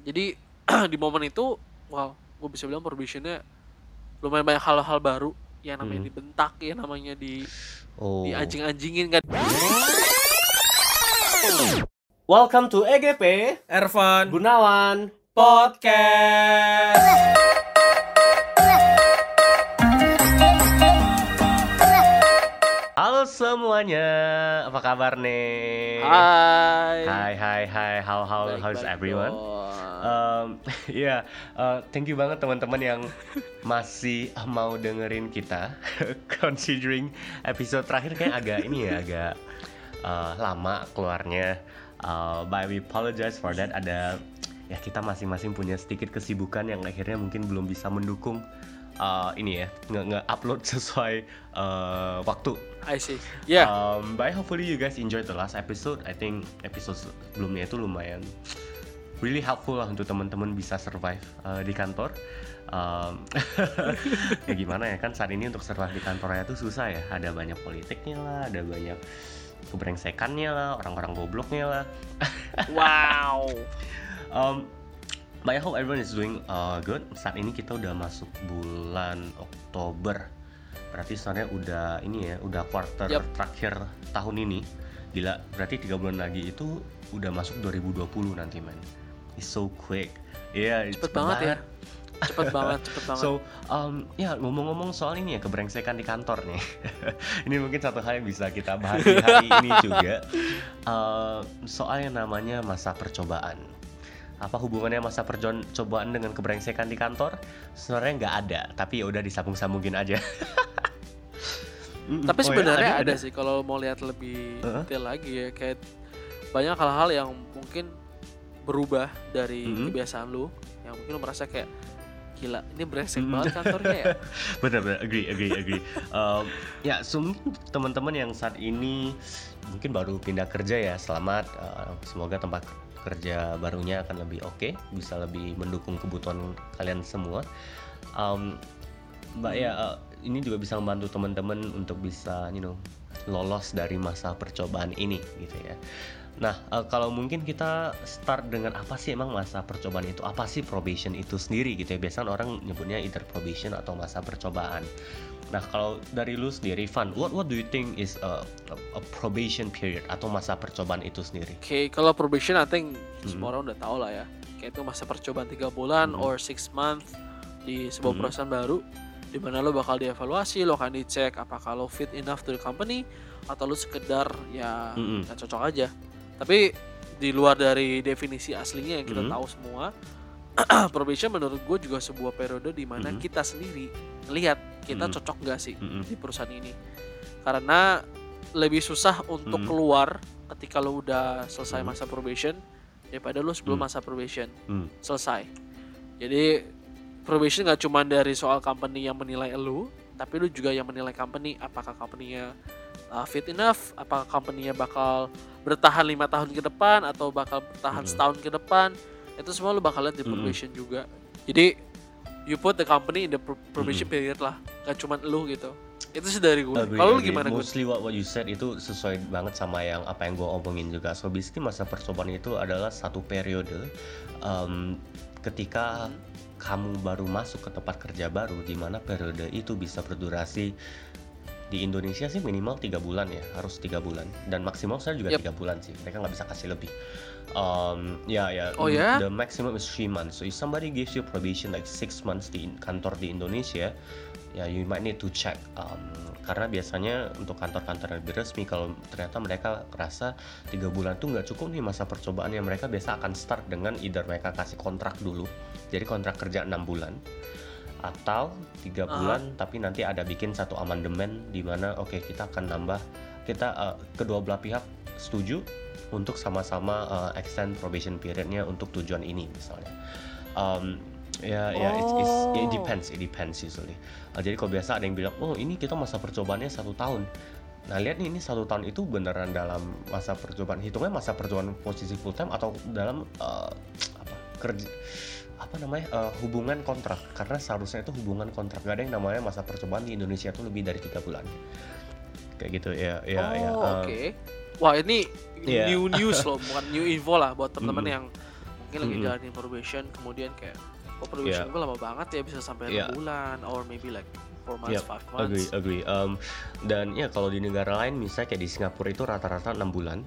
Jadi di momen itu, wow, gue bisa bilang probationnya lumayan banyak hal-hal baru yang namanya dibentak, ya namanya dianjing-anjingin kan. Welcome to EGP Ervan Gunawan Podcast. Halo semuanya, apa kabar nih? Hai. Hai. How's everyone? Thank you banget teman-teman yang masih mau dengerin kita. Considering episode terakhir kayak agak lama keluarnya. But we apologize for that. Kita masing-masing punya sedikit kesibukan yang akhirnya mungkin belum bisa mendukung nge-upload sesuai waktu. I see. Yeah. But hopefully you guys enjoyed the last episode. I think episode sebelumnya itu lumayan really helpful lah untuk teman-teman bisa survive di kantor. Ya gimana ya, kan saat ini untuk survive di kantornya itu susah ya. Ada banyak politiknya lah, ada banyak kebrengsekannya lah, orang-orang gobloknya lah. Wow. But I hope everyone is doing good. Saat ini kita udah masuk bulan Oktober. Berarti sebenarnya udah quarter terakhir tahun ini. Gila, berarti 3 bulan lagi itu udah masuk 2020 nanti, man. It's so quick. Iya, cepet banget ya. Cepet banget. So, ngomong-ngomong soal ini ya, kebrengsekan di kantor nih. Ini mungkin satu hal yang bisa kita bahas di hari ini juga. Soal yang namanya masa percobaan. Apa hubungannya masa percobaan dengan kebrengsekan di kantor? Sebenarnya nggak ada, tapi ya udah disambung-sambungin aja. Tapi sebenarnya ada sih kalau mau lihat lebih detail lagi ya, kayak banyak hal-hal yang mungkin berubah dari kebiasaan lu, yang mungkin lu merasa kayak gila, ini brengsek banget kantornya ya. Benar, agree. So teman-teman yang saat ini mungkin baru pindah kerja ya, selamat. Semoga tempat kerja barunya akan lebih oke, bisa lebih mendukung kebutuhan kalian semua. Ini juga bisa membantu teman-teman untuk bisa lolos dari masa percobaan ini gitu ya. Nah, kalau mungkin kita start dengan apa sih emang masa percobaan itu? Apa sih probation itu sendiri gitu ya? Biasanya orang nyebutnya either probation atau masa percobaan. Nah, kalau dari lu sendiri, Van, what do you think is a probation period atau masa percobaan itu sendiri? Oke, kalau probation I think semua orang udah tahu lah ya. Kayak itu masa percobaan 3 bulan or 6 months di sebuah perusahaan baru, di mana lo bakal dievaluasi, lo akan dicek apakah lo fit enough to the company atau lo sekedar ya nggak cocok aja. Tapi di luar dari definisi aslinya yang kita tahu semua, probation menurut gue juga sebuah periode di mana kita sendiri lihat kita cocok nggak sih di perusahaan ini. Karena lebih susah untuk keluar ketika lo udah selesai masa probation daripada lo sebelum masa probation selesai. Jadi probation nggak cuma dari soal company yang menilai lo, tapi lo juga yang menilai company, apakah company-nya fit enough, apakah company-nya bakal bertahan 5 tahun ke depan atau bakal bertahan setahun ke depan. Itu semua lo bakal lihat di probation juga. Jadi you put the company in the probation period lah, gak cuma lo gitu. Itu sih dari gue. Kalau lu gimana? Mostly what you said itu sesuai banget sama apa yang gue omongin juga. So basically masa percobaan itu adalah satu periode ketika kamu baru masuk ke tempat kerja baru, di mana periode itu bisa berdurasi di Indonesia sih minimal 3 bulan ya, harus 3 bulan, dan maksimal saya juga 3 bulan sih, mereka nggak bisa kasih lebih. The maximum is 3 months. So if somebody gives you probation like 6 months di kantor di Indonesia, you might need to check, karena biasanya untuk kantor-kantor yang lebih resmi, kalau ternyata mereka merasa 3 bulan tuh nggak cukup nih masa percobaannya, mereka biasa akan start dengan either mereka kasih kontrak dulu, jadi kontrak kerja 6 bulan, atau 3 bulan tapi nanti ada bikin satu amandemen di mana kita akan nambah, kedua belah pihak setuju untuk sama-sama extend probation periodnya untuk tujuan ini misalnya. It depends usually. Jadi kalau biasa ada yang bilang, ini kita masa percobaannya 1 tahun. Nah lihat nih, ini 1 tahun itu beneran dalam masa percobaan, hitungnya masa percobaan posisi full time atau dalam hubungan kontrak, karena seharusnya itu hubungan kontrak, gak ada yang namanya masa percobaan di Indonesia itu lebih dari 3 bulan kayak gitu ya. Oke. Wah ini new news loh, bukan new info lah buat teman-teman yang mungkin lagi Mhm. jalanin probation, kemudian kayak oh Ya, probation gue lama banget ya, bisa sampai 6 ya, bulan or maybe like 4 months, yap, 5 agree, months. agree. Dan ya kalau di negara lain misalnya kayak di Singapura itu rata-rata 6 bulan.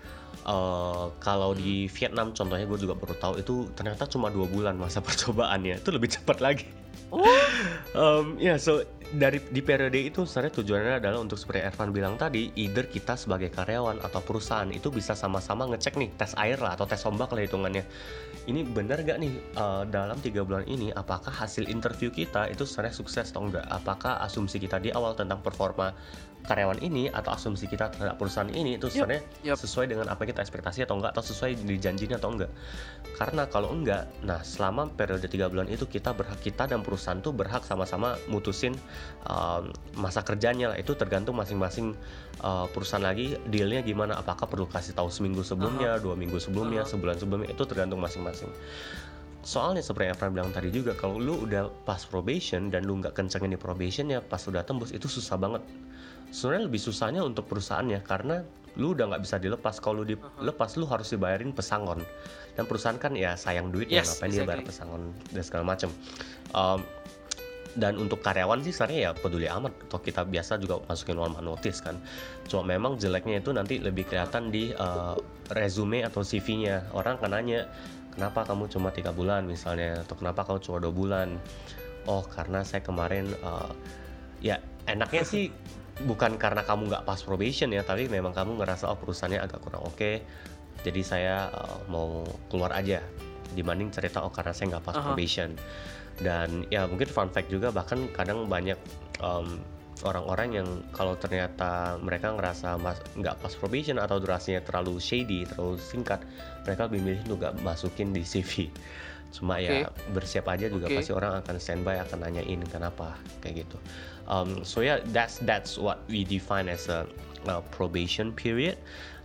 Kalau Hmm. di Vietnam contohnya gue juga baru tahu itu ternyata cuma 2 bulan masa percobaannya, itu lebih cepat lagi. Oh, Ya, so di periode itu sebenarnya tujuannya adalah untuk seperti Ervan bilang tadi, either kita sebagai karyawan atau perusahaan itu bisa sama-sama ngecek nih tes air lah atau tes ombak lah hitungannya. Ini benar gak nih dalam 3 bulan ini apakah hasil interview kita itu sebenarnya sukses atau enggak? Apakah asumsi kita di awal tentang performa karyawan ini atau asumsi kita terhadap perusahaan ini itu yep, sebenarnya yep. sesuai dengan apa yang kita ekspektasi atau enggak, atau sesuai dijanjinya atau enggak. Karena kalau enggak, nah selama periode 3 bulan itu kita dan perusahaan tuh berhak sama-sama mutusin masa kerjanya lah. Itu tergantung masing-masing perusahaan lagi dealnya gimana. Apakah perlu kasih tahu seminggu Aha, sebelumnya, 2 minggu sebelumnya, aha. sebulan sebelumnya, itu tergantung masing-masing. Soalnya seperti yang Fran bilang tadi juga, kalau lu udah pas probation dan lu nggak kencengin di probation ya pas udah tembus itu susah banget. Sebenarnya lebih susahnya untuk perusahaannya karena lu udah nggak bisa dilepas. Kalau lu Aha. dilepas lu harus dibayarin pesangon, dan perusahaan kan ya sayang duit ya, Yes, ngapain dia bayar exactly. pesangon dan segala macem. Um, dan untuk karyawan sih sebenarnya ya peduli amat, atau kita biasa juga masukin 1 month notice kan. Cuma memang jeleknya itu nanti lebih Aha. kelihatan di resume atau CV-nya. Orang kan nanya, kenapa kamu cuma 3 bulan misalnya, atau kenapa kamu cuma 2 bulan. Oh karena saya kemarin ya enaknya sih bukan karena kamu nggak pas probation ya, tapi memang kamu ngerasa oh perusahaannya agak kurang oke, jadi saya mau keluar aja, dibanding cerita oh karena saya nggak pas Aha. probation. Dan ya mungkin fun fact juga, bahkan kadang banyak orang-orang yang kalau ternyata mereka ngerasa nggak pas probation atau durasinya terlalu shady, terlalu singkat, mereka lebih milih untuk nggak masukin di CV. Cuma Oke, ya bersiap aja juga, oke. pasti orang akan standby, akan nanyain kenapa kayak gitu. So yeah, that's what we define as a probation period.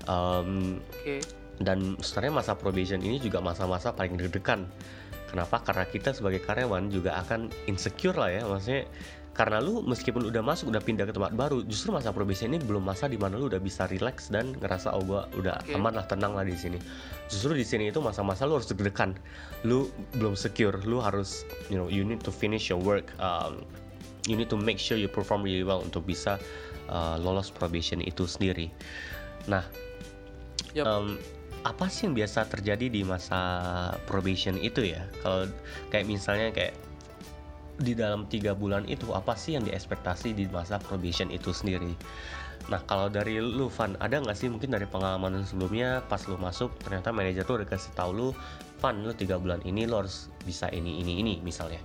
Oke. Dan sebenarnya masa probation ini juga masa-masa paling deg-degan. Kenapa? Karena kita sebagai karyawan juga akan insecure lah ya, maksudnya karena lu meskipun udah masuk, udah pindah ke tempat baru, justru masa probation ini belum masa dimana lu udah bisa relax dan ngerasa oh gua udah Oke. aman lah, tenang lah di sini. Justru di sini itu masa-masa lu harus deg-degan, lu belum secure, lu harus you need to finish your work, you need to make sure you perform really well untuk bisa lolos probation itu sendiri. Nah, Yep. apa sih yang biasa terjadi di masa probation itu ya? Kalau kayak misalnya kayak di dalam 3 bulan itu apa sih yang diekspektasi di masa probation itu sendiri? Nah kalau dari lu Van, ada nggak sih mungkin dari pengalaman lu sebelumnya pas lu masuk ternyata manajer tuh udah kasih tahu lu, Van lu 3 bulan ini lu harus bisa ini misalnya.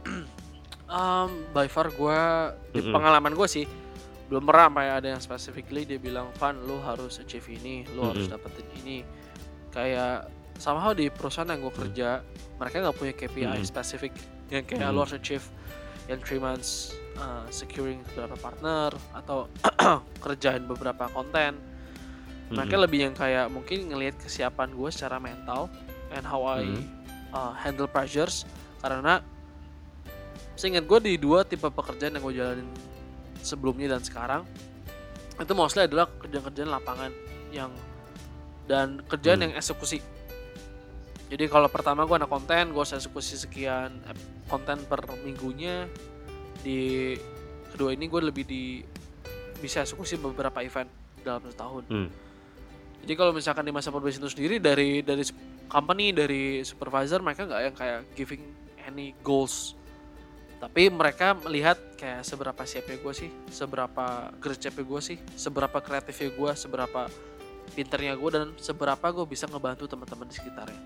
By far gue di Mm-mm. pengalaman gue sih belum pernah sampai ada yang specifically dia bilang Van lu harus achieve ini, lu harus Mm-mm. dapetin ini. Kayak somehow di perusahaan yang gue kerja mereka nggak punya KPI Mm-mm. spesifik yang kayak Mm-mm. lu harus achieve in 3 months, securing beberapa partner atau kerjain beberapa konten. Mereka Mm-mm. lebih yang kayak mungkin ngelihat kesiapan gue secara mental and how I Mm-mm. handle pressures. Karena seingat gue di 2 tipe pekerjaan yang gue jalanin sebelumnya dan sekarang itu mostly adalah kerjaan-kerjaan lapangan yang dan kerjaan yang eksekusi. Jadi kalau pertama gue anak konten, gue harus eksekusi sekian konten per minggunya. Di kedua ini gue lebih bisa eksekusi beberapa event dalam setahun. Jadi kalau misalkan di masa probation itu sendiri dari company, dari supervisor, mereka nggak yang kayak giving any goals, tapi mereka melihat kayak seberapa siapnya gue sih, seberapa gercepnya gue sih, seberapa kreatifnya gue, seberapa pinternya gue, dan seberapa gue bisa ngebantu teman-teman di sekitarnya.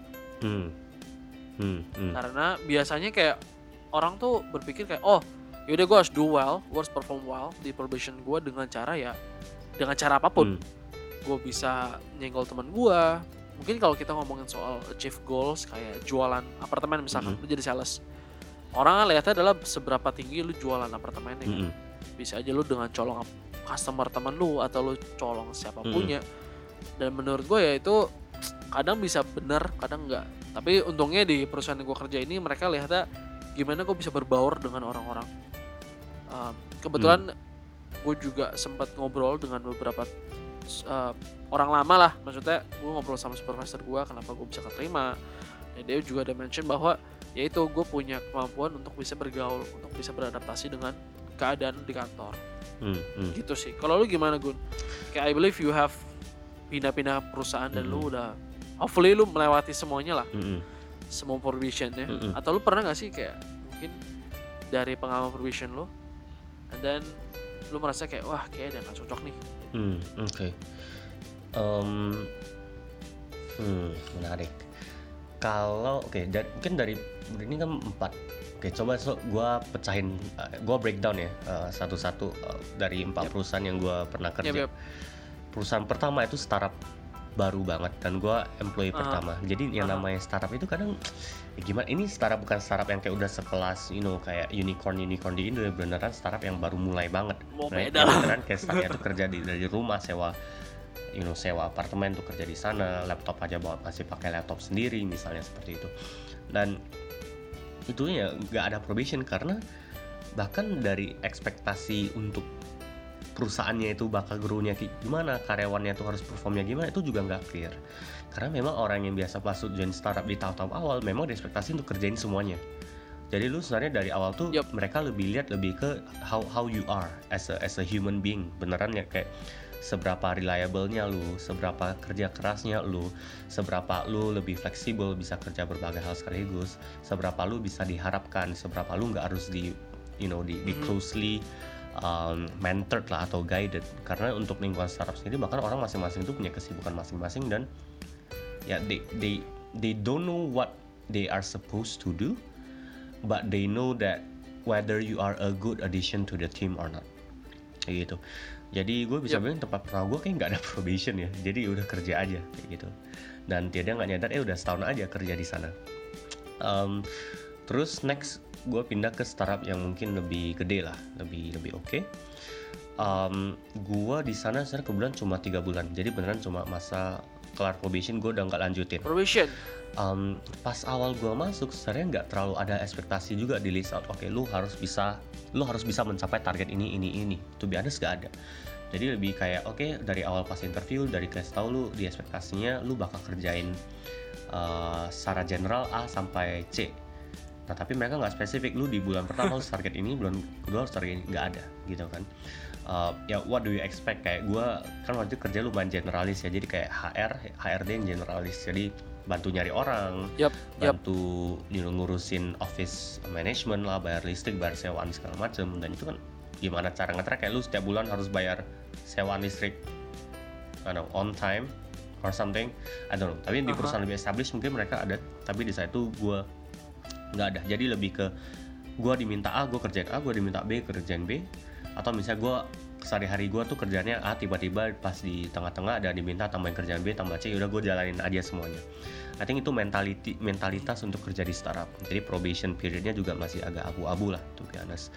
Karena biasanya kayak orang tuh berpikir kayak oh yaudah gue harus do well, gue harus perform well di probation gue dengan cara apapun. Gue bisa nyenggol teman gue. Mungkin kalau kita ngomongin soal achieve goals kayak jualan apartemen misalkan, lu jadi sales, orang lihatnya adalah seberapa tinggi lu jualan apartemennya. Bisa aja lu dengan colong customer teman lu atau lu colong siapapunnya. Dan menurut gue ya itu kadang bisa benar, kadang enggak. Tapi untungnya di perusahaan yang gue kerja ini mereka lihatnya gimana gue bisa berbaur dengan orang-orang. Kebetulan gue juga sempat ngobrol dengan beberapa orang lama lah, maksudnya gue ngobrol sama supervisor gue kenapa gue bisa keterima, Ya, dia juga ada mention bahwa yaitu gue punya kemampuan untuk bisa bergaul, untuk bisa beradaptasi dengan keadaan di kantor. Gitu sih. Kalau lu gimana, Gun? Kayak I believe you have pindah-pindah perusahaan dan lu udah hopefully lu melewati semuanya lah. Semua probationnya. Atau lu pernah gak sih kayak mungkin dari pengalaman probation lu and then lu merasa kayak wah kayaknya gak cocok nih. Oke. Menarik. Kalau mungkin dari ini kan 4. Oke, coba gue pecahin, gue breakdown ya satu-satu dari 4 perusahaan yang gue pernah kerja. Perusahaan pertama itu startup baru banget dan gue employee pertama. Jadi yang namanya startup itu kadang gimana? Ini startup bukan startup yang kayak udah sekelas, kayak unicorn di Indo, beneran startup yang baru mulai banget. Beneran kayak startup itu kerja dari rumah, sewa apartemen tuh kerja di sana, laptop aja masih pakai laptop sendiri misalnya seperti itu. Dan itu ya nggak ada probation karena bahkan dari ekspektasi untuk perusahaannya itu bakal grow-nya gimana, karyawannya tuh harus performnya gimana, itu juga nggak clear. Karena memang orang yang biasa masuk join startup di tahap awal memang diekspektasi untuk kerjain semuanya. Jadi lu sebenarnya dari awal tuh mereka lebih ke how you are as a human being, beneran ya, kayak seberapa reliable-nya lu, seberapa kerja kerasnya lu, seberapa lu lebih fleksibel bisa kerja berbagai hal sekaligus, seberapa lu bisa diharapkan, seberapa lu nggak harus di closely mentored lah atau guided. Karena untuk lingkungan startup sendiri bahkan orang masing-masing itu punya kesibukan masing-masing dan ya they don't know what they are supposed to do, but they know that whether you are a good addition to the team or not. Kayak gitu. Jadi gue bisa bilang tempat pertama gue kayak nggak ada probation ya, jadi udah kerja aja kayak gitu. Dan tiada nggak nyadar udah setahun aja kerja di sana. Terus next gue pindah ke startup yang mungkin lebih gede lah, lebih oke. Gue di sana sebenarnya kebetulan cuma 3 bulan, jadi beneran cuma masa kelar probation gue udah nggak lanjutin. Probation. Pas awal gue masuk sebenarnya nggak terlalu ada ekspektasi juga di list out. Oke, lu harus bisa mencapai target ini. To be honest gak ada. Jadi lebih kayak dari awal pas interview dari kasih tahu lu di ekspektasinya lu bakal kerjain secara general A sampai C. Nah tapi mereka nggak spesifik, lu di bulan pertama harus target ini, bulan kedua harus target ini, nggak ada gitu kan. What do you expect? Kayak gue kan waktu itu kerja lumayan generalis ya, jadi kayak HRD yang generalis, jadi bantu nyari orang, bantu ngurusin office management lah, bayar listrik, bayar sewaan segala macem. Dan itu kan gimana cara nge-track, kayak lu setiap bulan harus bayar sewaan listrik on time or something, I don't know. Tapi di perusahaan lebih established mungkin mereka ada, tapi di saya itu gue nggak ada. Jadi lebih ke gue diminta A, gue kerjain A, gue diminta B, kerjain B. Atau misalnya gue sehari-hari gue tuh kerjanya A, tiba-tiba pas di tengah-tengah ada diminta tambahin kerjaan B, tambah C, udah gue jalanin aja semuanya. I think itu mentalitas untuk kerja di startup. Jadi probation periodnya juga masih agak abu-abu lah, to be honest.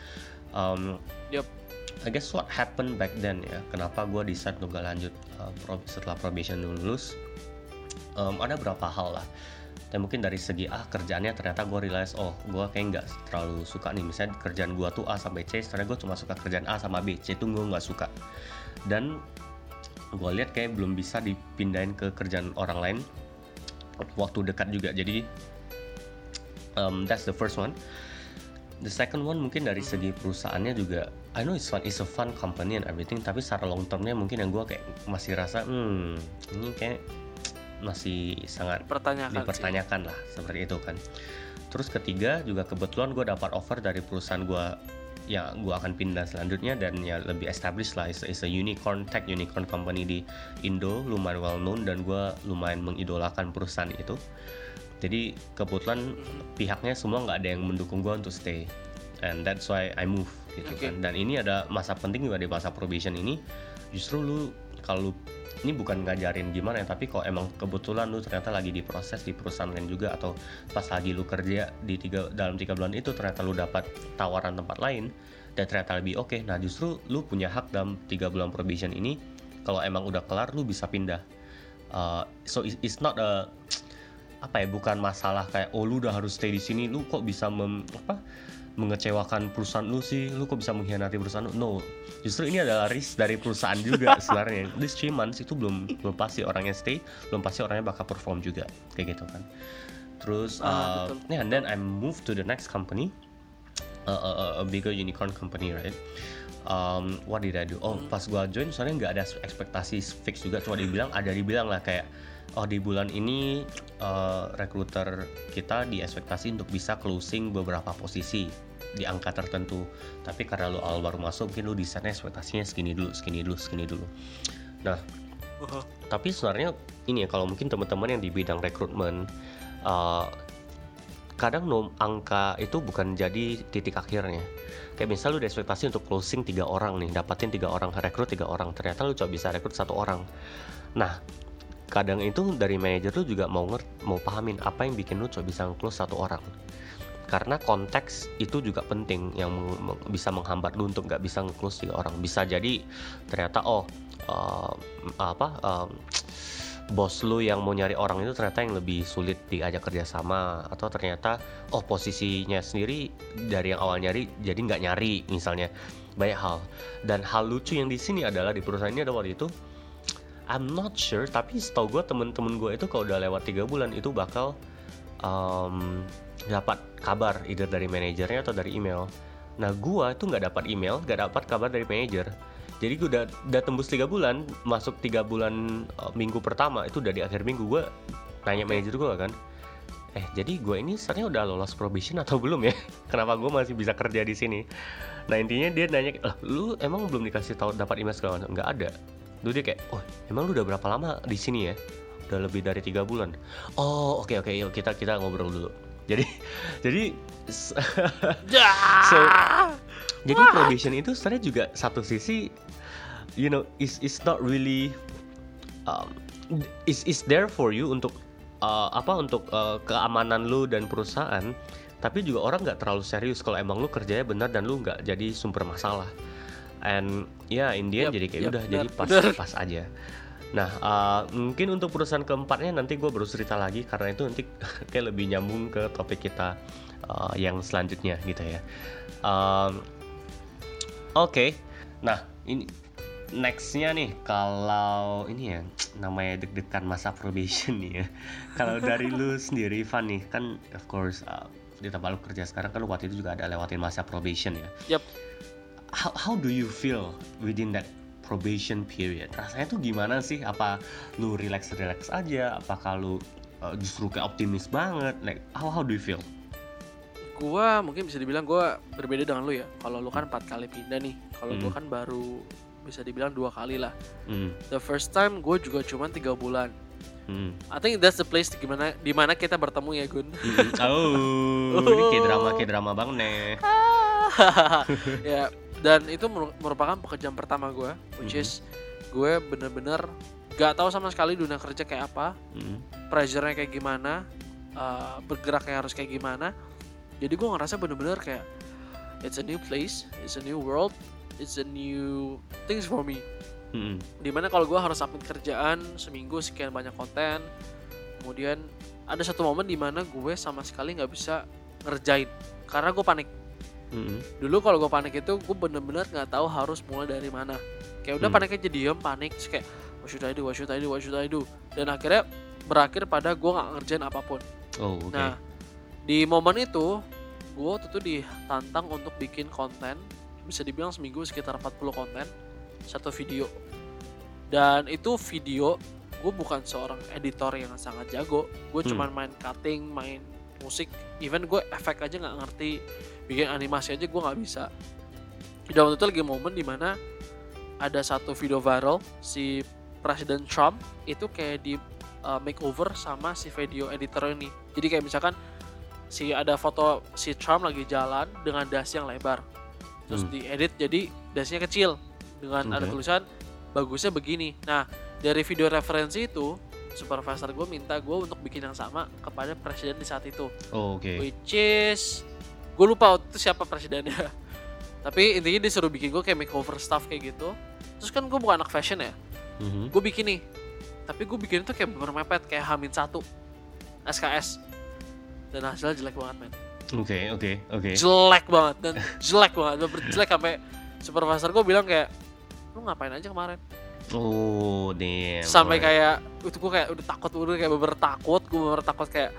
I guess what happened back then ya, kenapa gue decide untuk gak lanjut setelah probation lulus, ada beberapa hal lah. Dan mungkin dari segi kerjaannya ternyata gue realize gue kayak nggak terlalu suka nih. Misalnya kerjaan gue tuh A sampai C, ternyata gue cuma suka kerjaan A sama B, C tuh gue nggak suka. Dan gue lihat kayak belum bisa dipindahin ke kerjaan orang lain waktu dekat juga. Jadi that's the first one. The second one mungkin dari segi perusahaannya juga, I know it's a fun company and everything, tapi secara long termnya mungkin yang gue kayak masih rasa ini kayak masih sangat dipertanyakan lah, seperti itu kan. Terus ketiga juga kebetulan gue dapat offer dari perusahaan gue yang gue akan pindah selanjutnya, dan ya lebih established lah, is a unicorn company di Indo, lumayan well known, dan gue lumayan mengidolakan perusahaan itu. Jadi kebetulan pihaknya semua nggak ada yang mendukung gue untuk stay, and that's why I move gitu kan. Dan ini ada masa penting juga di masa probation ini, justru lu kalau ini bukan ngajarin gimana ya, tapi kalau emang kebetulan lu ternyata lagi diproses di perusahaan lain juga, atau pas lagi lu kerja dalam 3 bulan itu ternyata lu dapat tawaran tempat lain dan ternyata lebih oke, nah justru lu punya hak dalam 3 bulan probation ini, kalau emang udah kelar lu bisa pindah. So it's not bukan masalah kayak lu udah harus stay di sini, lu kok bisa mengecewakan perusahaan lu sih, lu kok bisa mengkhianati perusahaan lu. No, justru ini adalah risk dari perusahaan juga sebenarnya. This 3 months itu belum pasti orangnya stay, belum pasti orangnya bakal perform juga, kayak gitu kan. Terus betul. and then I moved to the next company, a bigger unicorn company, right? What did I do? Pas gua join soalnya nggak ada ekspektasi fix juga, cuma dibilang lah kayak di bulan ini recruiter kita diekspektasi untuk bisa closing beberapa posisi di angka tertentu. Tapi karena lu awal baru masuk, mungkin lu desainnya ekspektasinya segini dulu. Nah, tapi sebenarnya ini ya, kalau mungkin teman-teman yang di bidang rekrutmen, kadang angka itu bukan jadi titik akhirnya. Kayak misal lu ada ekspektasi untuk closing 3 orang nih, dapatin 3 orang, rekrut 3 orang, ternyata lu cuma bisa rekrut 1 orang. Nah, kadang itu dari manajer lu juga mau pahamin apa yang bikin lu cuma bisa nge-close 1 orang. Karena konteks itu juga penting yang bisa menghambat lu untuk nggak bisa nge-close 3 orang. Bisa jadi ternyata bos lu yang mau nyari orang itu ternyata yang lebih sulit diajak kerjasama, atau ternyata posisinya sendiri dari yang awal nyari jadi nggak nyari misalnya. Banyak hal. Dan hal lucu yang di sini adalah di perusahaan ini ada waktu itu, I'm not sure, tapi setahu gue temen-temen gue itu kalau udah lewat 3 bulan itu bakal dapat kabar either dari manajernya atau dari email. Nah gue itu nggak dapat email, nggak dapat kabar dari manajer. Jadi gue udah tembus 3 bulan, masuk 3 bulan minggu pertama, itu udah di akhir minggu gue nanya manajer gue kan, jadi gue ini sebenarnya udah lolos probation atau belum ya? Kenapa gue masih bisa kerja di sini? Nah intinya dia nanya, lu emang belum dikasih tahu dapat email segala macam? Nggak ada. Lalu dia kayak, emang lu udah berapa lama di sini ya? Udah lebih dari 3 bulan. Oke, yuk kita ngobrol dulu. Jadi jadi probation itu sebenarnya juga satu sisi, is not really is there for you untuk keamanan lu dan perusahaan, tapi juga orang nggak terlalu serius kalau emang lu kerjanya benar dan lu nggak jadi sumber masalah. And in the end jadi kayak udah jadi pas aja. Nah mungkin untuk perusahaan keempatnya nanti gue baru cerita lagi, karena itu nanti kayak lebih nyambung ke topik kita yang selanjutnya gitu ya. Oke. Nah ini nextnya nih, kalau ini ya namanya deg-degan masa probation nih ya. Kalau dari lu sendiri Ivan nih, kan of course di tempat lu kerja sekarang kan lu waktu itu juga ada lewatin masa probation ya. Yep. How do you feel within that probation period? Rasanya tuh gimana sih? Apa lu relax aja? Apakah lu justru kayak optimis banget? Like how do you feel? Gua mungkin bisa dibilang gua berbeda dengan lu ya. Kalau lu kan 4 kali pindah nih, kalau gua kan baru bisa dibilang 2 kali lah. The first time gue juga cuma 3 bulan. I think that's the place dimana kita bertemu ya Gun. Ini kayak drama banget nih. Ya, dan itu merupakan pekerjaan pertama gue, which is gue bener-bener gak tahu sama sekali dunia kerja kayak apa, pressure-nya kayak gimana, bergeraknya harus kayak gimana. Jadi gue ngerasa bener-bener kayak it's a new place, it's a new world, it's a new things for me. Dimana kalau gue harus submit kerjaan seminggu sekian banyak konten, kemudian ada satu momen dimana gue sama sekali nggak bisa ngerjain karena gue panik. Dulu kalau gue panik itu gue bener-bener nggak tahu harus mulai dari mana. Kayak udah panik aja, diem panik, terus kayak what should I do, dan akhirnya berakhir pada gue nggak ngerjain apapun. Nah di momen itu gue waktu itu ditantang untuk bikin konten, bisa dibilang seminggu sekitar 40 konten, 1 video. Dan itu video, gue bukan seorang editor yang sangat jago, gue cuman main cutting, main musik, even gue efek aja gak ngerti, bikin animasi aja gue gak bisa. Dan waktu itu lagi momen dimana ada satu video viral, si Presiden Trump itu kayak di makeover sama si video editor ini. Jadi kayak misalkan ada foto si Trump lagi jalan dengan dasi yang lebar, terus diedit jadi dasinya kecil dengan ada tulisan bagusnya begini. Nah dari video referensi itu supervisor gue minta gue untuk bikin yang sama kepada presiden di saat itu. Which is gue lupa waktu itu siapa presidennya. Tapi intinya dia suruh bikin gue kayak makeover stuff kayak gitu. Terus kan gue bukan anak fashion ya, gue bikin nih, tapi gue bikin itu kayak bermepet kayak H-1 SKS, dan hasilnya jelek banget men. Oke. Jelek banget jelek sampai supervisor gue bilang kayak lu ngapain aja kemarin. Damn. Sampai kayak itu gue kayak udah takut, gue bener-bener takut kayak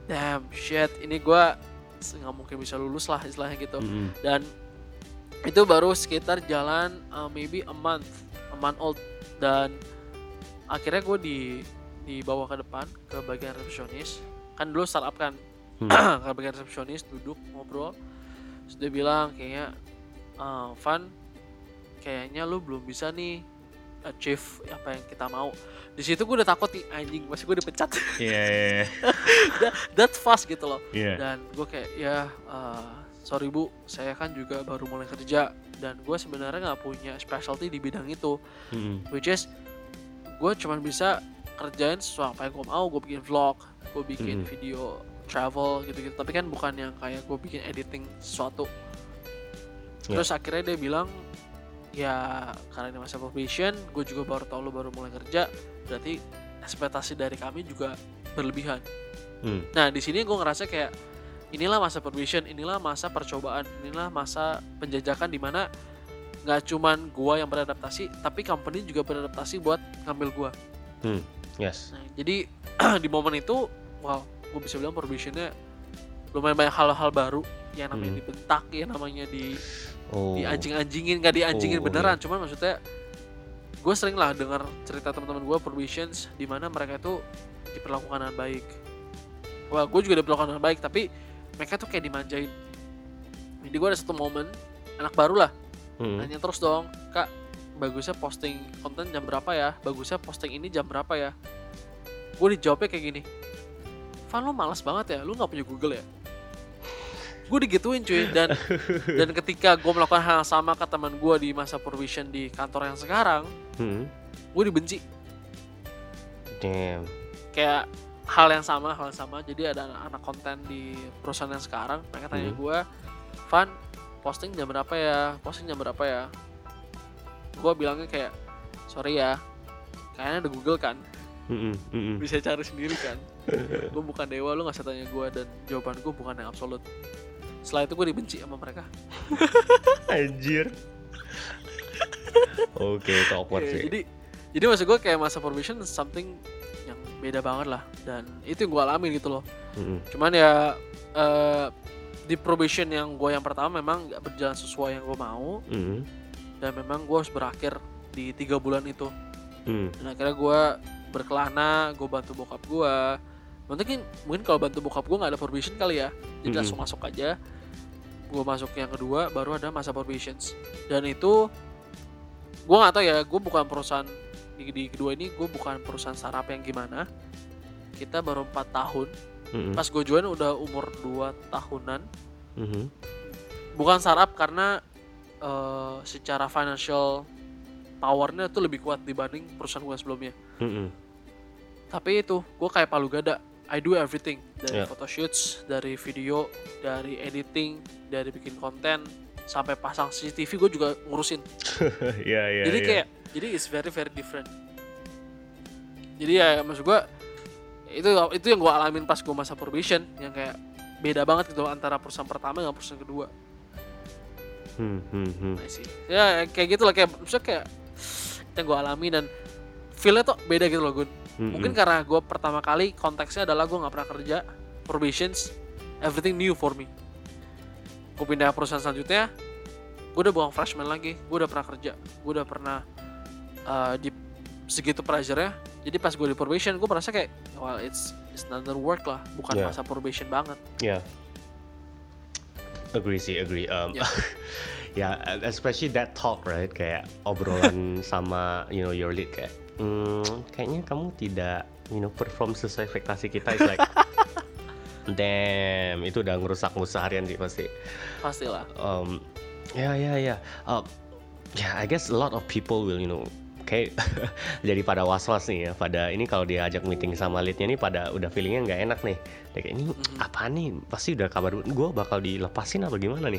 damn shit, ini gue nggak mungkin bisa lulus lah istilahnya gitu. Dan itu baru sekitar jalan maybe a month old, dan akhirnya gue dibawa ke depan ke bagian resepsionis, kan dulu startup kan. Ke bagian resepsionis, duduk ngobrol, terus dia bilang kayaknya Van, kayaknya lu belum bisa nih achieve apa yang kita mau. Di situ gue udah takut nih, anjing masih gue dipecat. Yeah. That fast gitu loh. Yeah. Dan gue kayak ya sorry bu, saya kan juga baru mulai kerja dan gue sebenarnya nggak punya specialty di bidang itu. Which is gue cuma bisa kerjain sesuatu apa yang gue mau. Gue bikin vlog, gue bikin video travel gitu-gitu, tapi kan bukan yang kayak gue bikin editing sesuatu. Terus akhirnya dia bilang ya karena ini masa probation, gue juga baru tahu lo baru mulai kerja, berarti ekspektasi dari kami juga berlebihan. Nah di sini gue ngerasa kayak inilah masa probation, inilah masa percobaan, inilah masa penjajakan di mana nggak cuman gue yang beradaptasi, tapi company juga beradaptasi buat ngambil gue. Yes. Nah, jadi di momen itu, wow, gue bisa bilang probationnya lumayan banyak hal-hal baru yang namanya dibentak, yang namanya dianjing-anjingin, nggak dianjingin beneran, cuman maksudnya gue sering lah dengar cerita teman-teman gue probations di mana mereka itu diperlakukan dengan baik. Wah, gue juga diperlakukan dengan baik, tapi mereka tuh kayak dimanjain. Jadi gue ada satu momen anak baru lah, nanya terus dong, kak bagusnya posting konten jam berapa ya, bagusnya posting ini jam berapa ya. Gue dijawabnya kayak gini, Van lu malas banget ya, lu gak punya Google ya? Gue digituin cuy. Dan ketika gue melakukan hal yang sama ke teman gue di masa probation di kantor yang sekarang, gue dibenci. Damn. Kayak hal yang sama. Jadi ada anak konten di perusahaan yang sekarang, mereka tanya gue, Van posting jam berapa ya? Gue bilangnya kayak, sorry ya, kayaknya ada Google kan, bisa cari sendiri kan. Gue bukan dewa, lu gak usah tanya gue, dan jawaban gue bukan yang absolut. Setelah itu gue dibenci sama mereka. Anjir. Oke, itu awkward sih. Jadi maksud gue kayak masa probation something yang beda banget lah, dan itu yang gue alamin gitu loh. Cuman ya di probation yang gue yang pertama memang gak berjalan sesuai yang gue mau, dan memang gue harus berakhir di 3 bulan itu. Dan akhirnya gue berkelana, gue bantu bokap gue. Mungkin kalau bantu bokap gue nggak ada probation kali ya, jadi langsung masuk aja. Gue masuk yang kedua, baru ada masa probations. Dan itu gue nggak tahu ya, gue bukan perusahaan di kedua ini, gue bukan perusahaan startup yang gimana. Kita baru 4 tahun. Pas gue join udah umur 2 tahunan. Bukan startup karena secara financial powernya tuh lebih kuat dibanding perusahaan gue sebelumnya. Tapi itu gue kayak palu gada. I do everything, dari photoshoots, dari video, dari editing, dari bikin konten, sampai pasang CCTV gue juga ngurusin. Jadi it's very very different. Jadi ya maksud gue itu yang gue alamin pas gue masa probation, yang kayak beda banget gitu antara perusahaan pertama dengan perusahaan kedua. Ya kayak gitu lah, kayak maksudnya kayak yang gue alami, dan feelnya tuh beda gitu loh Gun. Mungkin karena gue pertama kali konteksnya adalah gue gak pernah kerja, probations, everything new for me. Gue pindah perusahaan selanjutnya, gue udah buang freshman lagi, gue udah pernah kerja, gue udah pernah di segitu pressure-nya. Jadi pas gue di probation, gue merasa kayak, well it's another work lah, bukan masa probation banget. Agree. Especially that talk, right? Kayak obrolan sama your lead kayak, kayaknya kamu tidak perform sesuai ekspektasi kita. It's like, damn, itu udah ngerusak seharian sih pasti. Pastilah. I guess a lot of people will kayak jadi pada was-was nih ya, pada ini kalau diajak meeting sama leadnya nih pada udah feelingnya nggak enak nih. Kayak ini apa nih? Pasti udah kabar gue bakal dilepasin apa gimana nih?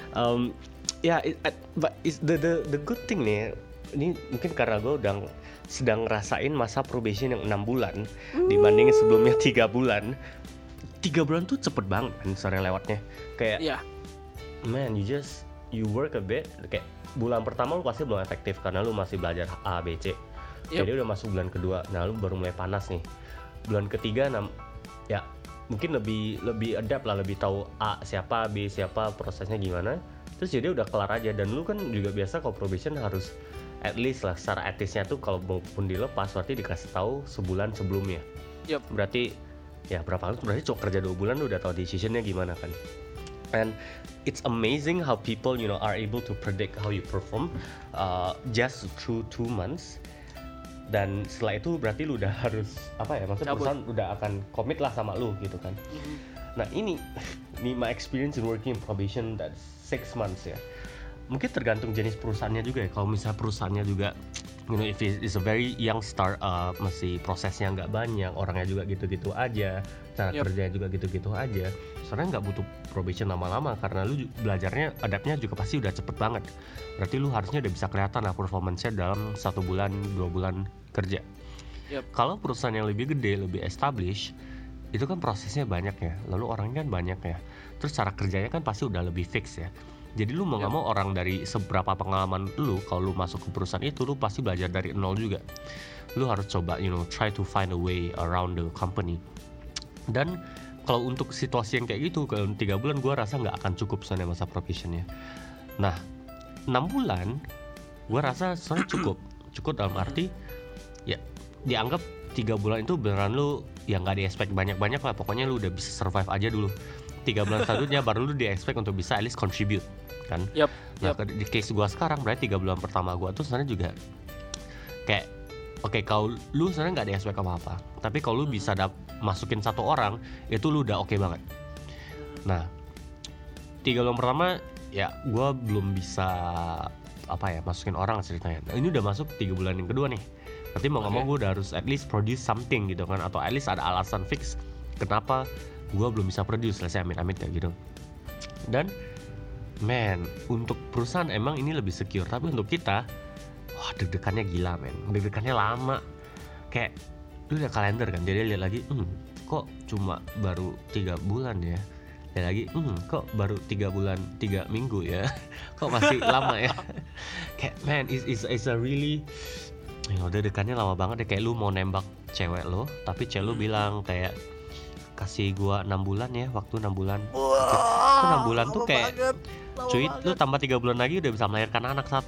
But it's the good thing nih. Ini mungkin karena gue udah sedang ngerasain masa probation yang 6 bulan dibanding sebelumnya 3 bulan. 3 bulan tuh cepet banget kan sore lewatnya. Kayak man, you work a bit. Kayak bulan pertama lu pasti belum efektif karena lu masih belajar A, B, C. Jadi udah masuk bulan kedua, nah lu baru mulai panas nih. Bulan ketiga mungkin lebih adapt lah, lebih tahu A siapa, B siapa, prosesnya gimana. Terus jadi udah kelar aja. Dan lu kan juga biasa kalau probation harus at least lah secara etisnya tuh kalau maupun dilepas berarti dikasih tahu sebulan sebelumnya. Yep. Berarti ya berapa kali, berarti cuma kerja 2 bulan lu udah tahu decisionnya gimana kan. And it's amazing how people are able to predict how you perform just through 2 months. Dan setelah itu berarti lu udah harus maksudnya perusahaan udah akan komit lah sama lu gitu kan. Nah ini my experience in working in probation that's 6 months ya. Mungkin tergantung jenis perusahaannya juga ya. Kalau misalnya perusahaannya juga if it's a very young startup, masih prosesnya nggak banyak, orangnya juga gitu-gitu aja, cara kerjanya juga gitu-gitu aja, sebenarnya nggak butuh probation lama-lama karena lu belajarnya, adaptnya juga pasti udah cepet banget. Berarti lu harusnya udah bisa kelihatan lah performance-nya dalam 1 bulan 2 bulan kerja. Kalau perusahaan yang lebih gede, lebih established, itu kan prosesnya banyak ya, lalu orangnya kan banyak ya, terus cara kerjanya kan pasti udah lebih fix ya. Jadi lu mau nggak mau orang dari seberapa pengalaman lu, kalau lu masuk ke perusahaan itu lu pasti belajar dari nol juga. Lu harus coba try to find a way around the company. Dan kalau untuk situasi yang kayak gitu, kalau 3 bulan gue rasa nggak akan cukup sebenarnya masa probationnya. Nah 6 bulan gue rasa sebenarnya cukup dalam arti ya dianggap 3 bulan itu beneran lu yang nggak di-expect banyak-banyak lah, pokoknya lu udah bisa survive aja dlu. 3 bulan selanjutnya baru lu di-expect untuk bisa at least contribute kan. Nah di case gue sekarang berarti 3 bulan pertama gue tuh sebenarnya juga kayak oke, kalau lu sebenarnya nggak di-expect apa-apa, tapi kalau lu bisa masukin 1 orang itu lu udah oke banget. Nah 3 bulan pertama ya gue belum bisa masukin orang ceritanya. Nah ini udah masuk 3 bulan yang kedua nih, berarti mau nggak mau gue udah harus at least produce something gitu kan, atau at least ada alasan fix kenapa gue belum bisa produce, let's say amit-amit kayak gitu. Dan untuk perusahaan emang ini lebih secure, tapi untuk kita deg-degannya gila deg-degannya lama. Kayak lu lihat kalender kan, jadi lihat lagi kok cuma baru 3 bulan ya, lihat lagi kok baru 3 bulan 3 minggu ya kok masih lama ya. Kayak it's a really deg-degannya lama banget deh. Kayak lu mau nembak cewek lo, tapi cewek lu bilang kayak kasih gua 6 bulan ya, waktu 6 bulan. Itu 6 bulan tuh kayak cuy, lu tambah 3 bulan lagi udah bisa melahirkan anak 1.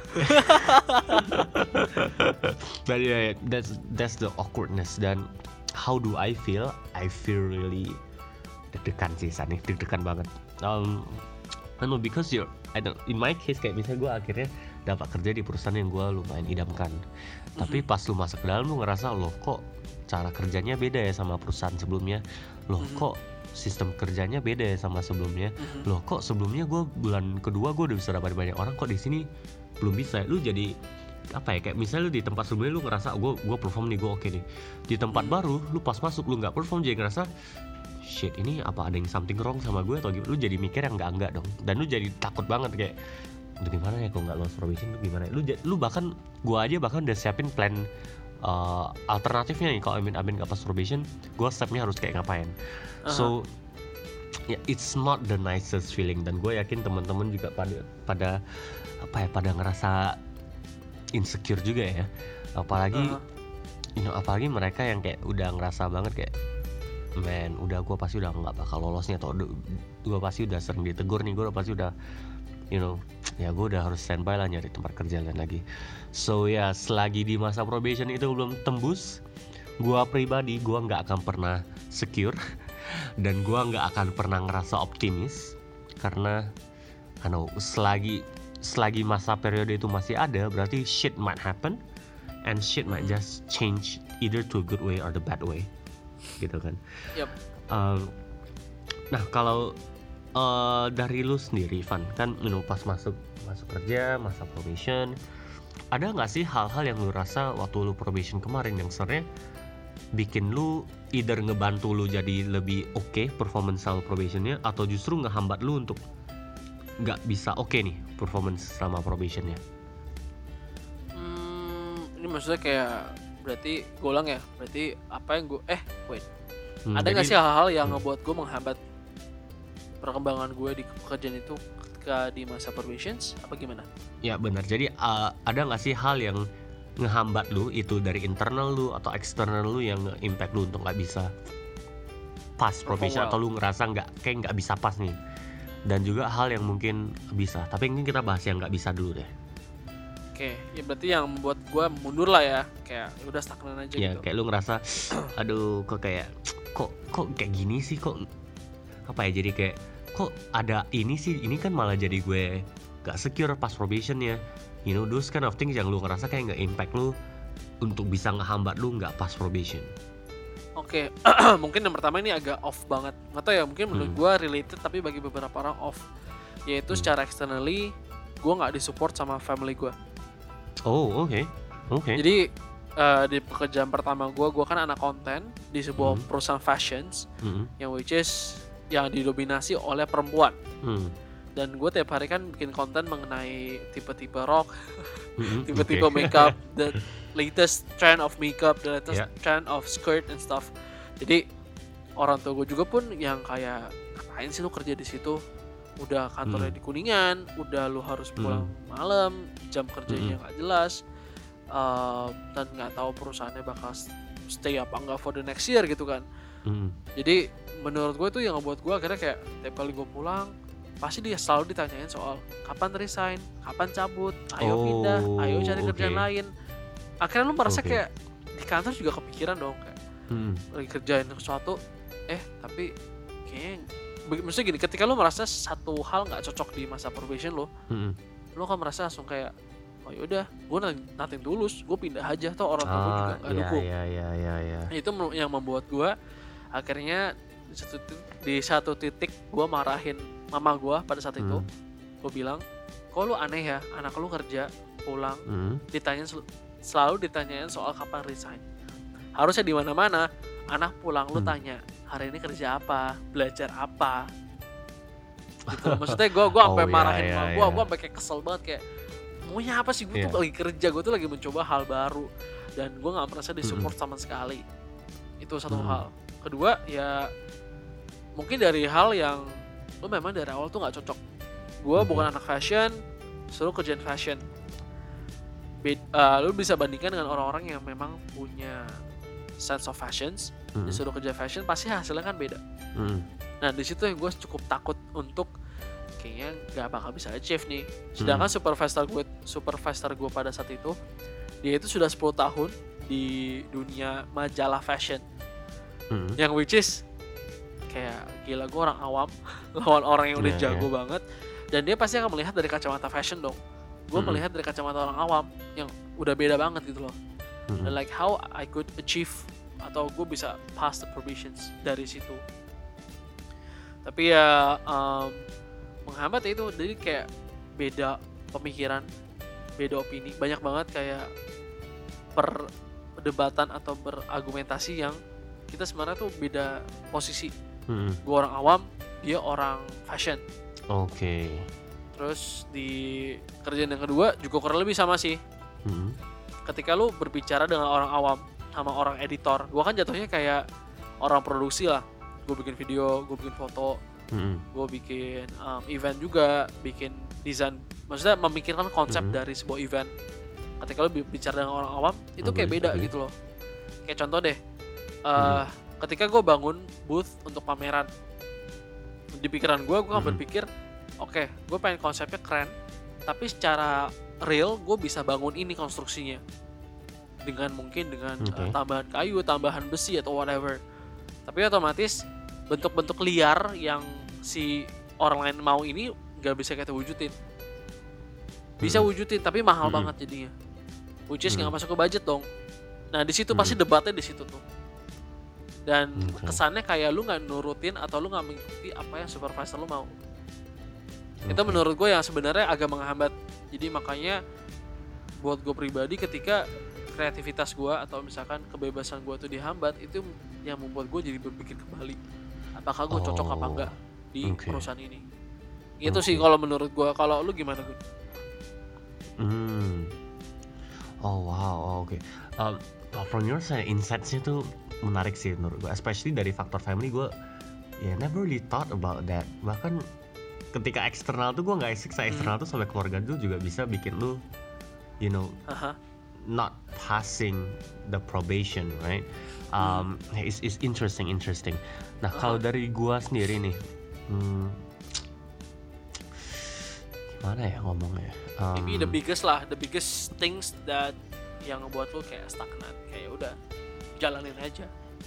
But yeah, that's the awkwardness. Dan how do I feel? I feel really deg-degan sih saat ini, deg-degan banget. I know because in my case kayak misalnya gue akhirnya dapat kerja di perusahaan yang gue lumayan idamkan. Tapi pas lu masuk ke dalam lu ngerasa loh kok cara kerjanya beda ya sama perusahaan sebelumnya. Loh kok sistem kerjanya beda ya sama sebelumnya. Loh kok sebelumnya gue bulan kedua gue udah bisa dapat banyak orang, kok di sini belum bisa. Lu jadi kayak misalnya lu di tempat sebelumnya lu ngerasa gue perform nih, gue oke nih. Di tempat baru lu pas masuk lu nggak perform, jadi ngerasa shit, ini apa ada yang something wrong sama gue atau gimana. Lu jadi mikir yang enggak dong, dan lu jadi takut banget kayak gimana ya kalau nggak lolos probation tuh gimana. Lu bahkan gue aja udah siapin plan alternatifnya nih kalau amin nggak pas probation, gue stepnya harus kayak ngapain. So it's not the nicest feeling, dan gue yakin teman-teman juga pada ngerasa insecure juga ya, apalagi apalagi mereka yang kayak udah ngerasa banget kayak udah gue pasti udah nggak bakal lolosnya, atau gue pasti udah sering ditegur nih, gue pasti udah ya gue udah harus standby lah nyari tempat kerja lain lagi. So ya selagi di masa probation itu belum tembus, gue pribadi gue nggak akan pernah secure dan gue nggak akan pernah ngerasa optimis, karena selagi masa periode itu masih ada, berarti shit might happen and shit might just change either to a good way or the bad way gitu kan. Nah kalau dari lu sendiri Van, kan pas masuk kerja masa probation, ada nggak sih hal-hal yang lu rasa waktu lu probation kemarin yang sebenarnya bikin lu either ngebantu lu jadi lebih oke performance selama probationnya, atau justru ngehambat lu untuk nggak bisa oke nih performance selama probationnya? Ini maksudnya kayak berarti gue ulang ya, berarti apa yang gue ada nggak sih hal-hal yang ngebuat gue menghambat perkembangan gue di pekerjaan itu ketika di masa probations, apa gimana? Ya benar, jadi ada nggak sih hal yang ngehambat lu, itu dari internal lu atau eksternal lu, yang impact lu untuk nggak bisa pas perform probation well. atau lu ngerasa nggak bisa pas nih, dan juga hal yang mungkin bisa, tapi mungkin kita bahas yang nggak bisa dulu deh. Oke, ya berarti yang membuat gue mundur lah ya, kayak udah stagnan aja Ya gitu. kayak lu ngerasa aduh kok kayak gini sih, kok apa ya, jadi kayak kok ada ini sih, ini kan malah jadi gue gak secure pas probation ya, you know, those kind of things yang lu ngerasa kayak nggak impact lu untuk bisa ngehambat lu nggak pas probation. Oke, mungkin yang pertama ini agak off banget, nggak tahu ya, mungkin menurut gue related tapi bagi beberapa orang off, yaitu secara externally gue nggak disupport sama family gue. Oh oke. Jadi di pekerjaan pertama gue kan anak konten di sebuah perusahaan fashions yang which is yang didominasi oleh perempuan. Dan gue tiap hari kan bikin konten mengenai tipe-tipe rok, tipe-tipe makeup, the latest trend of makeup, the latest trend of skirt and stuff. Jadi orang tua gue juga pun yang kayak, ngapain sih lu kerja di situ? Udah kantornya di Kuningan, udah lu harus pulang malam, jam kerjanya nggak jelas, dan nggak tahu perusahaannya bakal stay apa enggak for the next year gitu kan. Jadi menurut gue itu yang ngebuat gue akhirnya kayak tiap kali gue pulang pasti dia selalu ditanyain soal kapan resign, kapan cabut, ayo pindah, ayo cari kerjaan lain. Akhirnya lu merasa kayak di kantor juga kepikiran dong kayak lagi kerjain sesuatu, tapi kayaknya maksudnya gini, ketika lu merasa satu hal nggak cocok di masa probation lo, lu kan merasa langsung kayak, oh yaudah, gue nothing tulus, gue pindah aja, toh orang tua gue juga nggak dukung. Itu yang membuat gue akhirnya di satu titik gue marahin mama gue pada saat itu. Gue bilang, kok lu aneh ya, anak lu kerja pulang selalu ditanyain soal kapan resign. Harusnya di mana-mana anak pulang lu tanya, hari ini kerja apa, belajar apa gitu. Maksudnya gue sampai marahin gue sampai kayak kesel banget, kayak maunya apa sih, gue tuh lagi kerja, gue tuh lagi mencoba hal baru dan gue nggak merasa disupport sama sekali. Itu satu hal. Kedua ya mungkin dari hal yang lu memang dari awal tuh nggak cocok. Gue bukan anak fashion, suruh kerjaan fashion. Lu bisa bandingkan dengan orang-orang yang memang punya sense of fashions, disuruh kerja fashion pasti hasilnya kan beda. Nah di situ yang gue cukup takut untuk kayaknya nggak bakal bisa achieve nih. Sedangkan supervisor gue pada saat itu, dia itu sudah 10 tahun di dunia majalah fashion, yang which is kayak gila, gue orang awam lawan orang yang udah jago banget, dan dia pasti akan melihat dari kacamata fashion dong. Gue melihat dari kacamata orang awam yang udah beda banget gitu loh. And like how I could achieve atau gue bisa pass the probations dari situ. Tapi ya menghambat itu, jadi kayak beda pemikiran, beda opini, banyak banget kayak perdebatan atau berargumentasi yang kita sebenarnya tuh beda posisi. Gue orang awam, dia orang fashion. Terus di kerjaan yang kedua juga kurang lebih sama sih. Ketika lu berbicara dengan orang awam sama orang editor, gue kan jatuhnya kayak orang produksi lah. Gue bikin video, gue bikin foto, gue bikin event juga, bikin desain, maksudnya memikirkan konsep dari sebuah event. Ketika lu bicara dengan orang awam, itu kayak beda gitu loh. Kayak contoh deh, ketika gue bangun booth untuk pameran, di pikiran gue kan berpikir, oke, gue pengen konsepnya keren, tapi secara real gue bisa bangun ini konstruksinya dengan mungkin dengan tambahan kayu, tambahan besi atau whatever. Tapi otomatis bentuk-bentuk liar yang si orang lain mau ini nggak bisa kita wujudin. Bisa wujudin tapi mahal banget jadinya, which is nggak masuk ke budget dong. Nah di situ pasti debatnya di situ tuh, dan kesannya kayak lu nggak nurutin atau lu nggak mengikuti apa yang supervisor lu mau. Itu menurut gue yang sebenarnya agak menghambat. Jadi makanya buat gue pribadi, ketika kreativitas gue atau misalkan kebebasan gue tuh dihambat, itu yang membuat gue jadi berpikir kembali, apakah gue cocok apa enggak di perusahaan ini. Itu sih kalau menurut gue. Kalau lu gimana, Gun? From your side, insights-nya tuh menarik sih menurut gue, especially dari faktor family. Gue never really thought about that. Bahkan ketika eksternal tuh gue nggak eksternal tuh sampai keluarga tuh juga bisa bikin lu, not passing the probation, right? It's interesting. Nah, kalau dari gua sendiri nih, gimana ya ngomongnya? Maybe the biggest things that yang ngebuat lu kayak stagnan, kayak udah jalanin aja.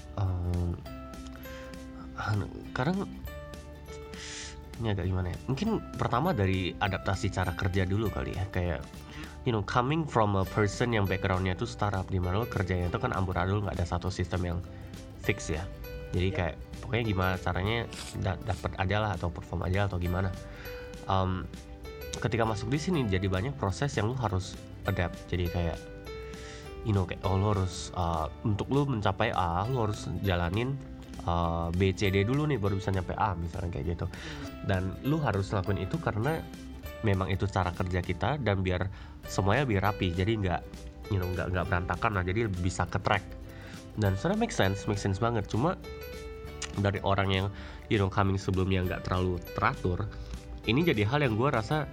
Kadang ini agak gimana ya? Mungkin pertama dari adaptasi cara kerja dulu kali ya, kayak coming from a person yang backgroundnya tuh startup, di mana lo kerjanya itu kan amburadul, nggak ada satu sistem yang fix ya. Jadi kayak pokoknya gimana caranya dapat aja lah, atau perform aja atau gimana. Ketika masuk di sini jadi banyak proses yang lo harus adapt. Jadi kayak kayak lo harus untuk lo mencapai A, lo harus jalanin B, C, D dulu nih baru bisa nyampe A misalnya kayak gitu. Dan lu harus lakuin itu karena memang itu cara kerja kita, dan biar semuanya lebih rapi, jadi nggak berantakan lah, jadi bisa ke track. Dan sebenarnya make sense banget. Cuma dari orang yang coming sebelumnya nggak terlalu teratur, ini jadi hal yang gue rasa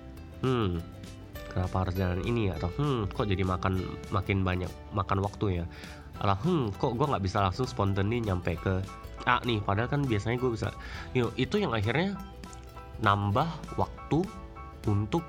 kenapa harus jalan ini ya, atau kok jadi makin banyak makan waktu ya, kok gue nggak bisa langsung spontan nih nyampe ke A nih, padahal kan biasanya gue bisa itu yang akhirnya nambah waktu untuk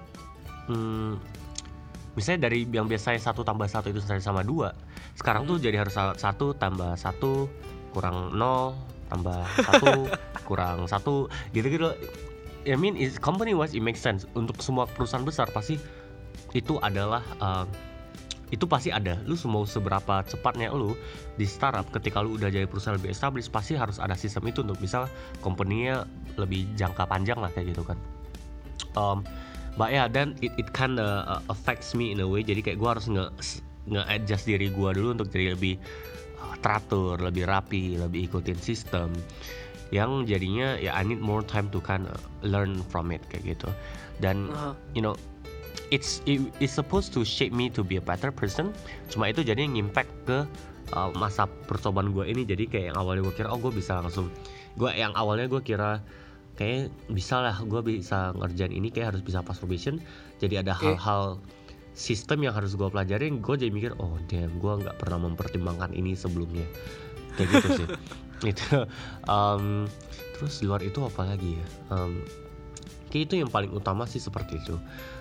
misalnya dari yang biasanya 1 tambah 1 itu sama 2, sekarang tuh jadi harus 1 tambah 1 kurang 0 tambah 1 kurang 1 gitu. I mean company wise it makes sense. Untuk semua perusahaan besar pasti itu adalah itu pasti ada. Lu mau seberapa cepatnya lu di startup, ketika lu udah jadi perusahaan lebih established, pasti harus ada sistem itu untuk bisa company-nya lebih jangka panjang lah kayak gitu kan. But yeah, then it kinda affects me in a way. Jadi kayak gue harus nge-adjust diri gue dulu untuk jadi lebih teratur, lebih rapi, lebih ikutin sistem. Yang jadinya ya I need more time to kind of learn from it kayak gitu. Dan it's supposed to shape me to be a better person. Cuma itu jadi ngimpact ke masa percobaan gue ini. Jadi kayak yang awalnya gue kira gue bisa langsung, yang awalnya gue kira kayak bisa lah gue bisa ngerjain ini, kayak harus bisa pas probation. Jadi ada hal-hal sistem yang harus gue pelajarin. Gue jadi mikir damn, gue nggak pernah mempertimbangkan ini sebelumnya kayak gitu sih. Itu terus di luar itu apa lagi ya, kayak itu yang paling utama sih seperti itu.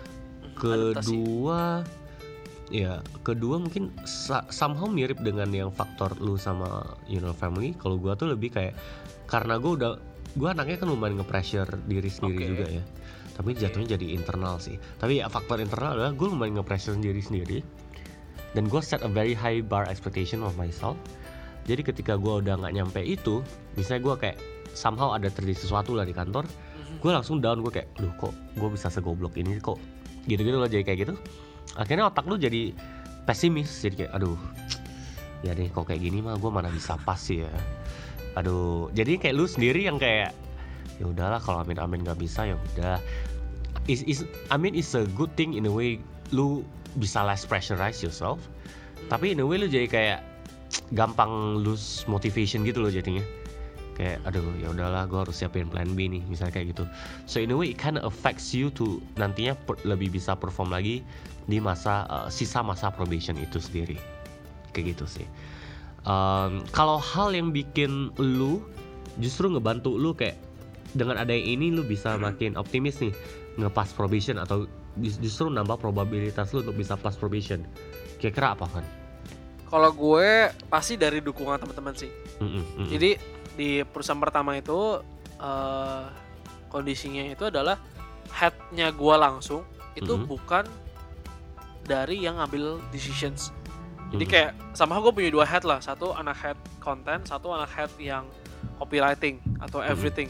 Kedua mungkin somehow mirip dengan yang faktor lu sama family. Kalau gue tuh lebih kayak, karena gue anaknya kan lumayan nge-pressure diri sendiri juga ya. Tapi jatuhnya jadi internal sih. Tapi ya faktor internal adalah gue lumayan nge-pressure diri sendiri. Dan gue set a very high bar expectation of myself. Jadi ketika gue udah gak nyampe itu, misalnya gue kayak somehow ada terjadi sesuatu lah di kantor, gue langsung down. Gue kayak, kok gue bisa segoblok ini kok, gitu-gitu loh. Jadi kayak gitu, akhirnya otak lu jadi pesimis. Jadi kayak ya deh kok kayak gini mah gue mana bisa pas sih ya. Jadi kayak lu sendiri yang kayak ya udahlah, kalau amin nggak bisa ya udah. It's a good thing in a way, lu bisa less pressurize yourself. Tapi in a way lu jadi kayak gampang lose motivation gitu loh jadinya. Kayak ya udahlah, gue harus siapin plan B nih misalnya kayak gitu. So in a way it kind of affects you to nantinya lebih bisa perform lagi di sisa masa probation itu sendiri. Kayak gitu sih. Kalau hal yang bikin lu justru ngebantu lu kayak dengan ada yang ini lu bisa makin optimis nih ngepas probation, atau justru nambah probabilitas lu untuk bisa pas probation, kira-kira apa kan? Kalau gue pasti dari dukungan teman-teman sih. Jadi di perusahaan pertama itu kondisinya itu adalah headnya gue langsung itu bukan dari yang ngambil decisions. Jadi kayak sama gue punya 2 head lah, satu anak head content, satu anak head yang copywriting atau everything.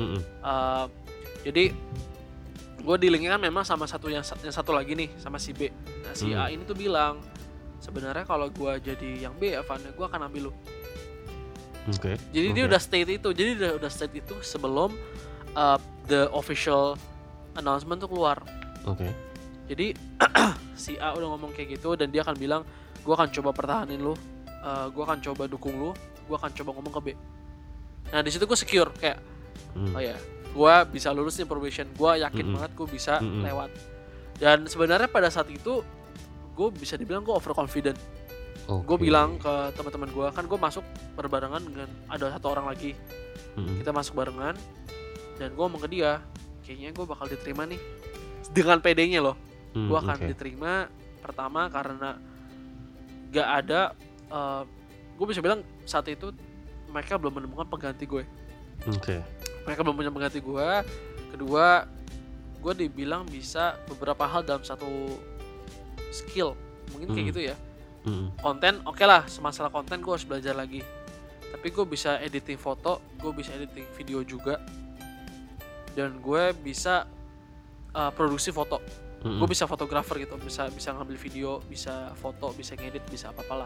Jadi gue dealingnya kan memang sama yang satu lagi nih, sama si B. Nah si A ini tuh bilang, sebenarnya kalau gue jadi yang B, Evan, gue akan ambil lu. Jadi dia udah state itu. Jadi udah state itu sebelum the official announcement tuh keluar. Jadi si A udah ngomong kayak gitu, dan dia akan bilang, gue akan coba pertahanin lu, gue akan coba dukung lu, gue akan coba ngomong ke B. Nah di situ gue secure kayak, gue bisa lulus nih probation, gue yakin banget gue bisa lewat. Dan sebenarnya pada saat itu gue bisa dibilang gue overconfident. Oke. Gue bilang ke teman-teman gue, kan gue masuk berbarengan dengan ada satu orang lagi. Kita masuk barengan dan gue ngomong ke dia, kayaknya gue bakal diterima nih dengan PD-nya loh. Gue akan diterima pertama karena gak ada gue bisa bilang saat itu mereka belum menemukan pengganti gue. Mereka belum punya pengganti gue. Kedua, gue dibilang bisa beberapa hal dalam satu skill, mungkin kayak gitu ya. Konten oke lah, semasalah konten gue harus belajar lagi. Tapi gue bisa editing foto, gue bisa editing video juga, dan gue bisa produksi foto. Gue bisa fotografer gitu, bisa ngambil video, bisa foto, bisa ngedit, bisa apa-apalah.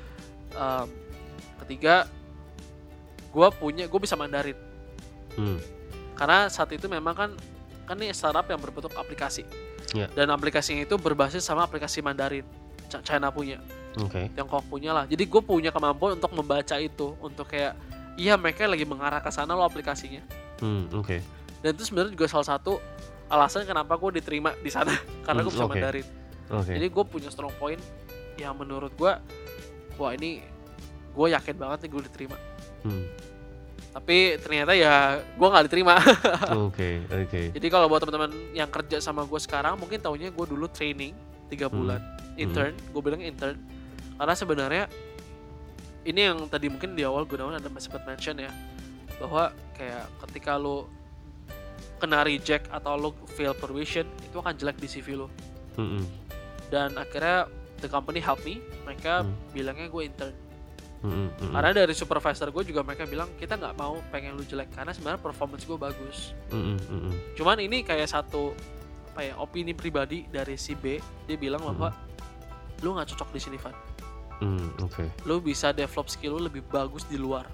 Ketiga, gue bisa Mandarin. Karena saat itu memang kan nih startup yang berbentuk aplikasi. Dan aplikasinya itu berbasis sama aplikasi Mandarin, China punya. Tiongkok punya lah. Jadi gue punya kemampuan untuk membaca itu, untuk kayak iya mereka lagi mengarah ke sana loh aplikasinya. Dan itu sebenarnya juga salah satu alasan kenapa gue diterima di sana, karena gue bisa Mandarin. Jadi gue punya strong point yang menurut gue, wah ini gue yakin banget nih gue diterima. Tapi ternyata ya gue nggak diterima. Jadi kalau buat teman-teman yang kerja sama gue sekarang, mungkin taunya gue dulu training 3 bulan, intern. Gue bilang intern karena sebenarnya ini yang tadi mungkin di awal Gunawan ada sempat mention ya, bahwa kayak ketika lo kena reject atau lo fail probation, itu akan jelek di CV lo. Dan akhirnya the company help me, mereka bilangnya gue intern. Karena dari supervisor gue juga mereka bilang kita nggak mau pengen lu jelek, karena sebenarnya performance gue bagus. Cuman ini kayak satu opini pribadi dari si B, dia bilang bahwa lu nggak cocok di sini, Van. Lu bisa develop skill lu lebih bagus di luar.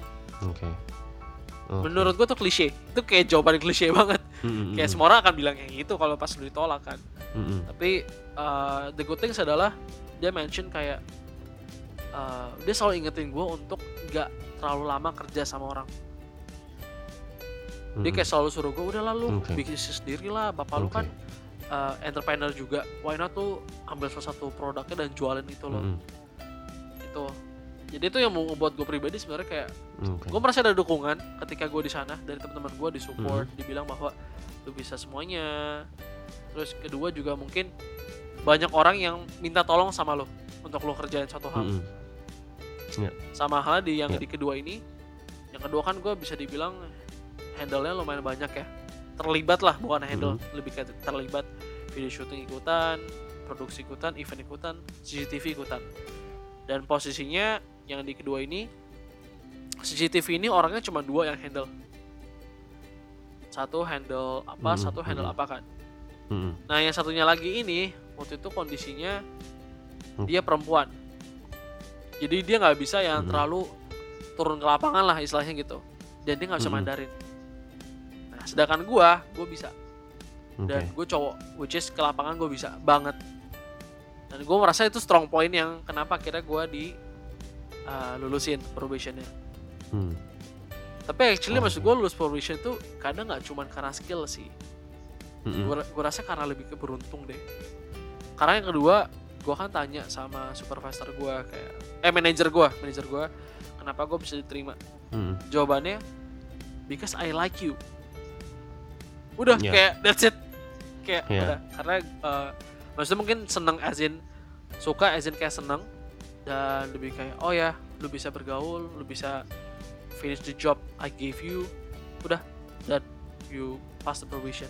Menurut gue tuh klise, itu kayak jawaban klise banget. Kayak semua orang akan bilang kayak gitu kalau pas lu ditolak kan. Tapi the good things adalah dia mention kayak dia selalu ingetin gue untuk gak terlalu lama kerja sama orang. Dia kayak selalu suruh gue, udah lah lu bikin sendiri lah, bapak lu kan entrepreneur juga, why not tuh ambil salah satu produknya dan jualin itu loh. Itu jadi itu yang mau ngebuat gue pribadi sebenarnya kayak gue merasa ada dukungan ketika gue di sana dari teman-teman gue, di support, dibilang bahwa lu bisa semuanya. Terus kedua juga mungkin banyak orang yang minta tolong sama lo untuk lo kerjain satu hal. Sama hal di yang di kedua ini. Yang kedua kan gue bisa dibilang handle-nya lumayan banyak ya. Terlibat lah, bukan handle, lebih kayak terlibat. Video shooting ikutan, produksi ikutan, event ikutan, CCTV ikutan. Dan posisinya yang di kedua ini, CCTV ini orangnya cuma 2 yang handle. Satu handle apa, satu handle apa kan. Nah yang satunya lagi ini, waktu itu kondisinya dia perempuan. Jadi dia gak bisa yang terlalu turun ke lapangan lah istilahnya gitu. Dan dia gak bisa Mandarin. Nah sedangkan gue bisa. Dan gue cowok, which is ke lapangan gue bisa banget. Dan gue merasa itu strong point yang kenapa akhirnya gue lulusin probationnya. Tapi actually maksud gue lulus probation itu kadang gak cuma karena skill sih. Gue rasa karena lebih ke beruntung deh. Karena yang kedua, gue kan tanya sama supervisor gue kayak manajer gue kenapa gue bisa diterima. Jawabannya because I like you. Udah kayak that's it. Kayak udah, karena maksudnya mungkin seneng as in suka as in kayak seneng, dan lebih kayak oh ya lu bisa bergaul, lu bisa finish the job I gave you, udah, that you pass the probation.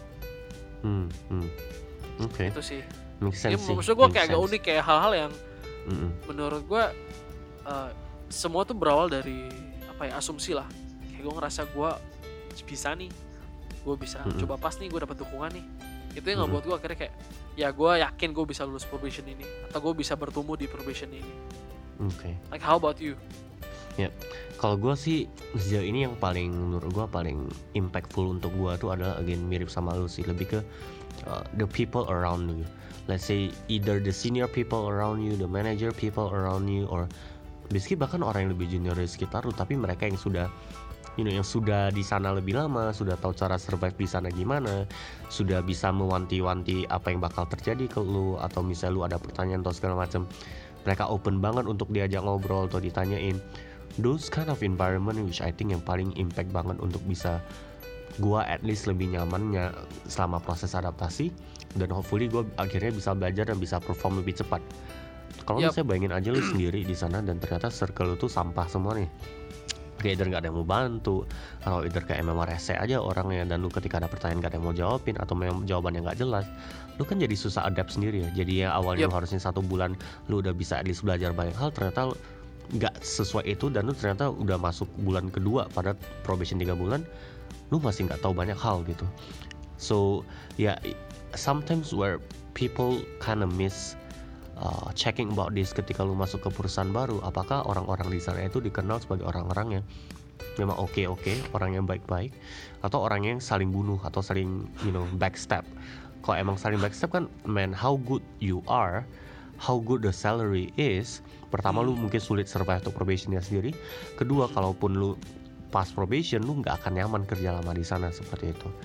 Itu sih. Ya, maksud gue kayak agak unik, kayak hal-hal yang menurut gue semua tuh berawal dari asumsi lah. Kayak gue ngerasa gue bisa nih, gue bisa coba pas nih, gue dapat dukungan nih. Itu yang ngebuat gue akhirnya kayak ya gue yakin gue bisa lulus probation ini, atau gue bisa bertumbuh di probation ini. Like how about you? Kalau gue sih sejauh ini yang paling menurut gue paling impactful untuk gue tuh adalah again mirip sama lu sih, lebih ke the people around you. Let's say either the senior people around you, the manager people around you, or basically bahkan orang yang lebih junior dari sekitar lu, tapi mereka yang sudah yang sudah di sana lebih lama, sudah tahu cara survive di sana gimana, sudah bisa mewanti-wanti apa yang bakal terjadi ke lu, atau misalnya lu ada pertanyaan atau segala macam, mereka open banget untuk diajak ngobrol atau ditanyain. Those kind of environment which I think yang paling impact banget untuk bisa gua at least lebih nyamannya selama proses adaptasi, dan hopefully gua akhirnya bisa belajar dan bisa perform lebih cepat. Kalau misalnya bayangin aja lu sendiri di sana dan ternyata circle lu tuh sampah semua nih, kayak either gak ada yang mau bantu, atau either kayak memang rese aja orangnya, dan lu ketika ada pertanyaan gak ada yang mau jawabin, atau memang jawabannya gak jelas, lu kan jadi susah adapt sendiri ya. Jadi ya awalnya lu harusnya 1 bulan lu udah bisa at least belajar banyak hal, ternyata gak sesuai itu, dan lu ternyata udah masuk bulan kedua pada probation 3 bulan, lu masih gak tahu banyak hal gitu. So ya, sometimes where people kinda miss checking about this ketika lu masuk ke perusahaan baru, apakah orang-orang di sana itu dikenal sebagai orang-orang yang memang oke, orang yang baik-baik, atau orang yang saling bunuh atau saling backstab. Kalau emang saling backstab kan, man, how good you are, how good the salary is, pertama lu mungkin sulit survive untuk probationnya sendiri. Kedua, kalaupun lu pas probation, lu nggak akan nyaman kerja lama di sana seperti itu.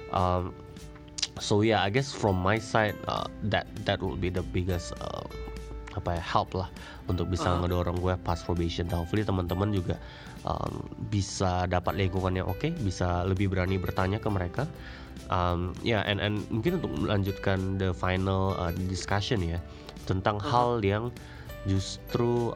So yeah, I guess from my side that would be the biggest help lah untuk bisa ngedorong gue pas probation. Dan hopefully teman-teman juga bisa dapat lingkungan yang oke, bisa lebih berani bertanya ke mereka. And mungkin untuk melanjutkan the final discussion ya tentang hal yang justru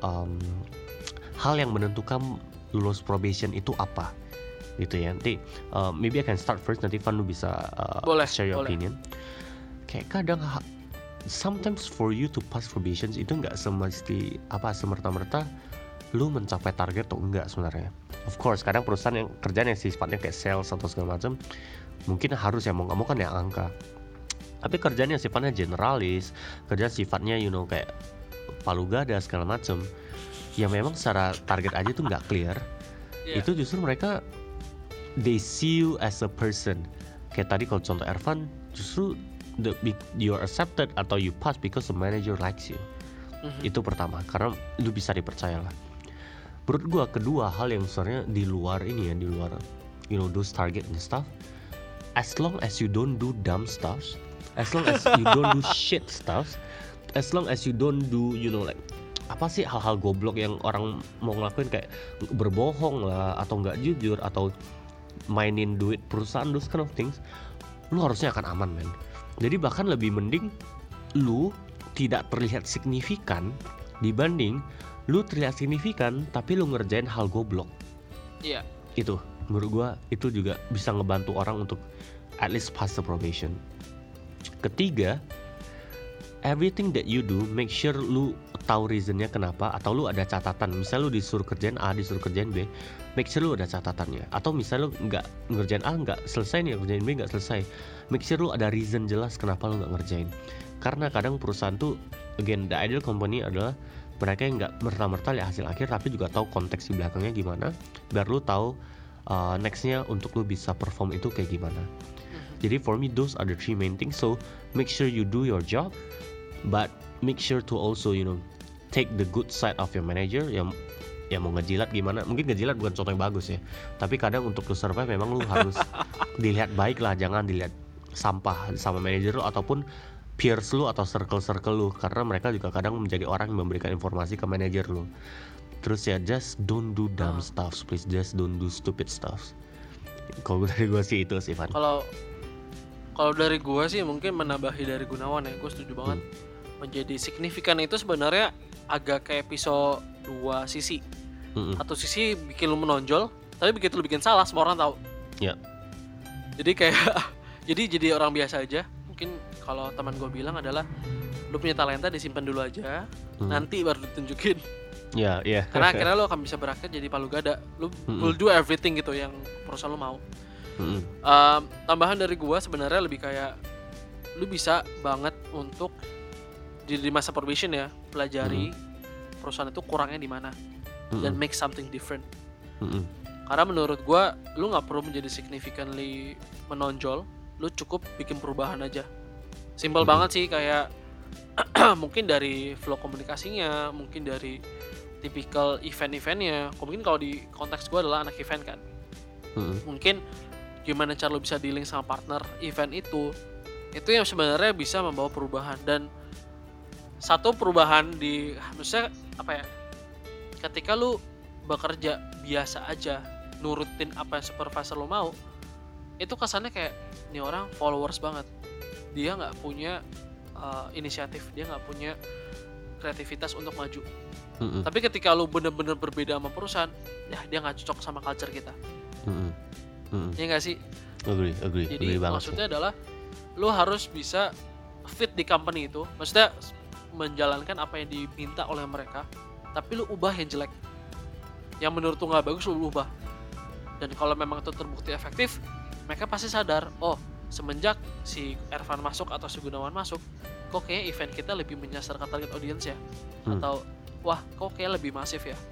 hal yang menentukan lulus probation itu apa gitu ya. Nanti maybe I can start first, nanti Van lu bisa share your opinion. Kayak kadang sometimes for you to pass probations itu nggak semesti semerta-merta lu mencapai target atau enggak sebenarnya. Of course kadang perusahaan yang kerjaan yang sifatnya kayak sales atau segala macam mungkin harus ya mau nggak mau kan yang angka. Tapi kerjaan yang sifatnya generalis, kerjaan sifatnya kayak palu gada segala macam, yang memang secara target aja tuh nggak clear, itu justru mereka they see you as a person. Kayak tadi kalau contoh Ervan, justru you're accepted atau you pass because the manager likes you. Itu pertama, karena lu bisa dipercaya lah. Menurut gua kedua hal yang sebenarnya di luar ini ya, di luar those target and stuff, as long as you don't do dumb stuff, as long as you don't do shit stuff, as long as you don't do like apa sih hal-hal goblok yang orang mau ngelakuin kayak berbohong lah, atau nggak jujur, atau mainin duit perusahaan, those kind of things, lu harusnya akan aman, man. Jadi bahkan lebih mending lu tidak terlihat signifikan dibanding lu terlihat signifikan tapi lu ngerjain hal goblok. Iya. Itu menurut gua itu juga bisa ngebantu orang untuk at least pass the probation. Ketiga, everything that you do, make sure lu tahu reasonnya kenapa, atau lu ada catatan. Misal lu disuruh kerjain A, disuruh kerjain B, make sure lu ada catatannya. Atau misal lu nggak ngerjain A, nggak selesai nih, ngerjain B nggak selesai, make sure lu ada reason jelas kenapa lu nggak ngerjain. Karena kadang perusahaan tuh, again, the ideal company adalah mereka yang nggak merta-merta lihat hasil akhir, tapi juga tahu konteks di belakangnya gimana, biar lu tahu nextnya untuk lu bisa perform itu kayak gimana. Jadi for me those are the 3 main things. So make sure you do your job, but make sure to also take the good side of your manager. Yang mau ngejilat gimana, mungkin ngejilat bukan contoh yang bagus ya, tapi kadang untuk lu survive memang lu harus dilihat baik lah, jangan dilihat sampah sama manager lu ataupun peers lu atau circle lu, karena mereka juga kadang menjadi orang yang memberikan informasi ke manager lu. Terus ya, just don't do dumb stuff, please, just don't do stupid stuff. Kalau dari gue sih itu sih, Van. Kalau dari gue sih mungkin menambahi dari Gunawan ya, gue setuju banget. Menjadi signifikan itu sebenarnya agak kayak pisau 2 sisi. Satu sisi bikin lu menonjol, tapi begitu lu bikin salah semua orang tahu. Iya. Jadi kayak jadi orang biasa aja. Mungkin kalau teman gue bilang adalah lu punya talenta disimpan dulu aja, nanti baru ditunjukin. Iya. Karena akhirnya lu akan bisa berakhir jadi palu gada. Lu will do everything gitu yang perusahaan lu mau. Tambahan dari gue sebenarnya lebih kayak lu bisa banget untuk di masa probation ya, pelajari perusahaan itu kurangnya di mana dan make something different. Karena menurut gue lu nggak perlu menjadi significantly menonjol, lu cukup bikin perubahan aja. Simple banget sih, kayak mungkin dari flow komunikasinya, mungkin dari typical event-eventnya. Mungkin kalau di konteks gue adalah anak event kan, Mungkin gimana cara lo bisa dealing sama partner event itu yang sebenarnya bisa membawa perubahan. Dan satu perubahan di maksudnya apa ya, ketika lu bekerja biasa aja nurutin apa yang supervisor lo mau, itu kesannya kayak ini orang followers banget, dia nggak punya inisiatif, dia nggak punya kreativitas untuk maju. Tapi ketika lu bener-bener berbeda sama perusahaan, ya dia nggak cocok sama culture kita. Iya nggak sih? Agree. Jadi maksudnya adalah lu harus bisa fit di company itu, maksudnya menjalankan apa yang diminta oleh mereka, tapi lu ubah yang jelek, yang menurut lu nggak bagus lu ubah. Dan kalau memang itu terbukti efektif, mereka pasti sadar, oh semenjak si Ervan masuk atau si Gunawan masuk, kok kayaknya event kita lebih menyasar ke target audience ya, atau wah kok kayak lebih masif ya.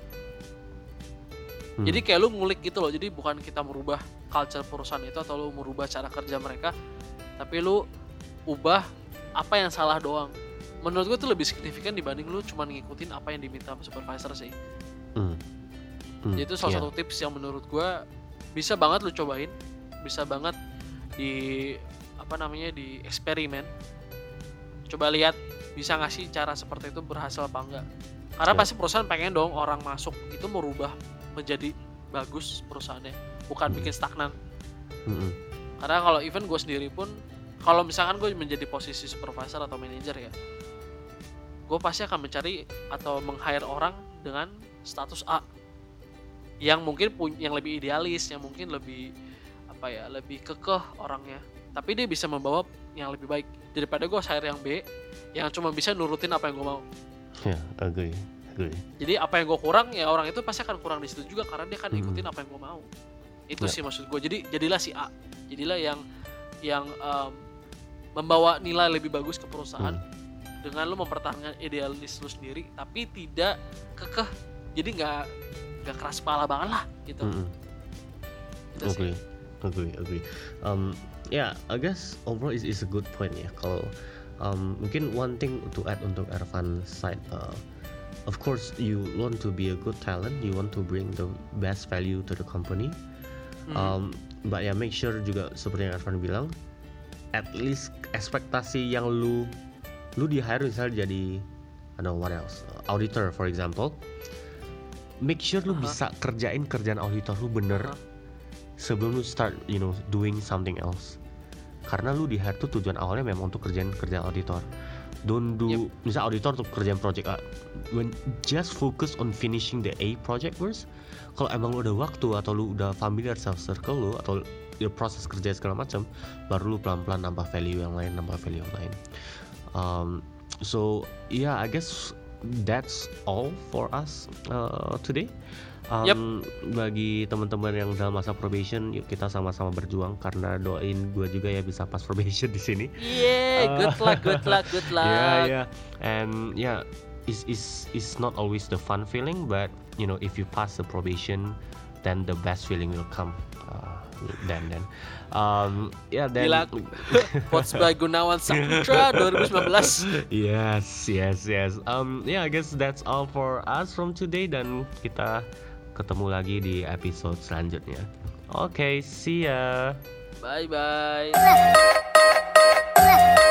Jadi kayak lu ngulik gitu loh. Jadi bukan kita merubah culture perusahaan itu atau lu merubah cara kerja mereka, tapi lu ubah apa yang salah doang. Menurut gue itu lebih signifikan dibanding lu cuma ngikutin apa yang diminta sama supervisor sih. Jadi itu salah satu tips yang menurut gue bisa banget lu cobain, bisa banget di di eksperimen. Coba lihat bisa nggak sih cara seperti itu berhasil apa enggak. Karena pasti perusahaan pengen dong orang masuk itu merubah menjadi bagus perusahaannya, bukan bikin stagnan. Karena kalau even gue sendiri pun, kalau misalkan gue menjadi posisi supervisor atau manager ya, gue pasti akan mencari atau meng-hire orang dengan status A yang mungkin yang lebih idealis, yang mungkin lebih lebih kekeh orangnya, tapi dia bisa membawa yang lebih baik daripada gue hire yang B yang cuma bisa nurutin apa yang gue mau. Agree. Jadi apa yang gue kurang ya orang itu pasti akan kurang di situ juga, karena dia kan ikutin apa yang gue mau. Itu sih maksud gue. Jadi jadilah si A, jadilah yang membawa nilai lebih bagus ke perusahaan dengan lu mempertahankan idealis lu sendiri, tapi tidak kekeh. Jadi nggak keras kepala banget lah gitu. Agree. Yeah, I guess overall is a good point ya. Kalau mungkin one thing to add untuk Ervan side, of course you want to be a good talent, you want to bring the best value to the company, but ya make sure juga seperti yang Ervan bilang, at least ekspektasi yang lu di hire misalnya jadi I don't know what else, auditor for example, make sure lu bisa kerjaan auditor lu bener sebelum lu start doing something else. Karena lu di hire tuh tujuan awalnya memang untuk kerjaan auditor. Don't do misal auditor untuk kerjaan project A. When just focus on finishing the A project first. Kalau emang lu ada waktu atau lu udah familiar sama circle lu atau proses kerja segala macam, baru lu pelan-pelan nambah value yang lain. So yeah, I guess that's all for us today. Bagi teman-teman yang dalam masa probation, yuk kita sama-sama berjuang, karena doain gue juga ya bisa pas probation di sini. Good luck. Yeah. And yeah, it's not always the fun feeling, but if you pass the probation, then the best feeling will come. Then Quotes by Gunawan Saputra 2019. Yes. Yeah, I guess that's all for us from today, dan kita ketemu lagi di episode selanjutnya. Okay, see ya. Bye.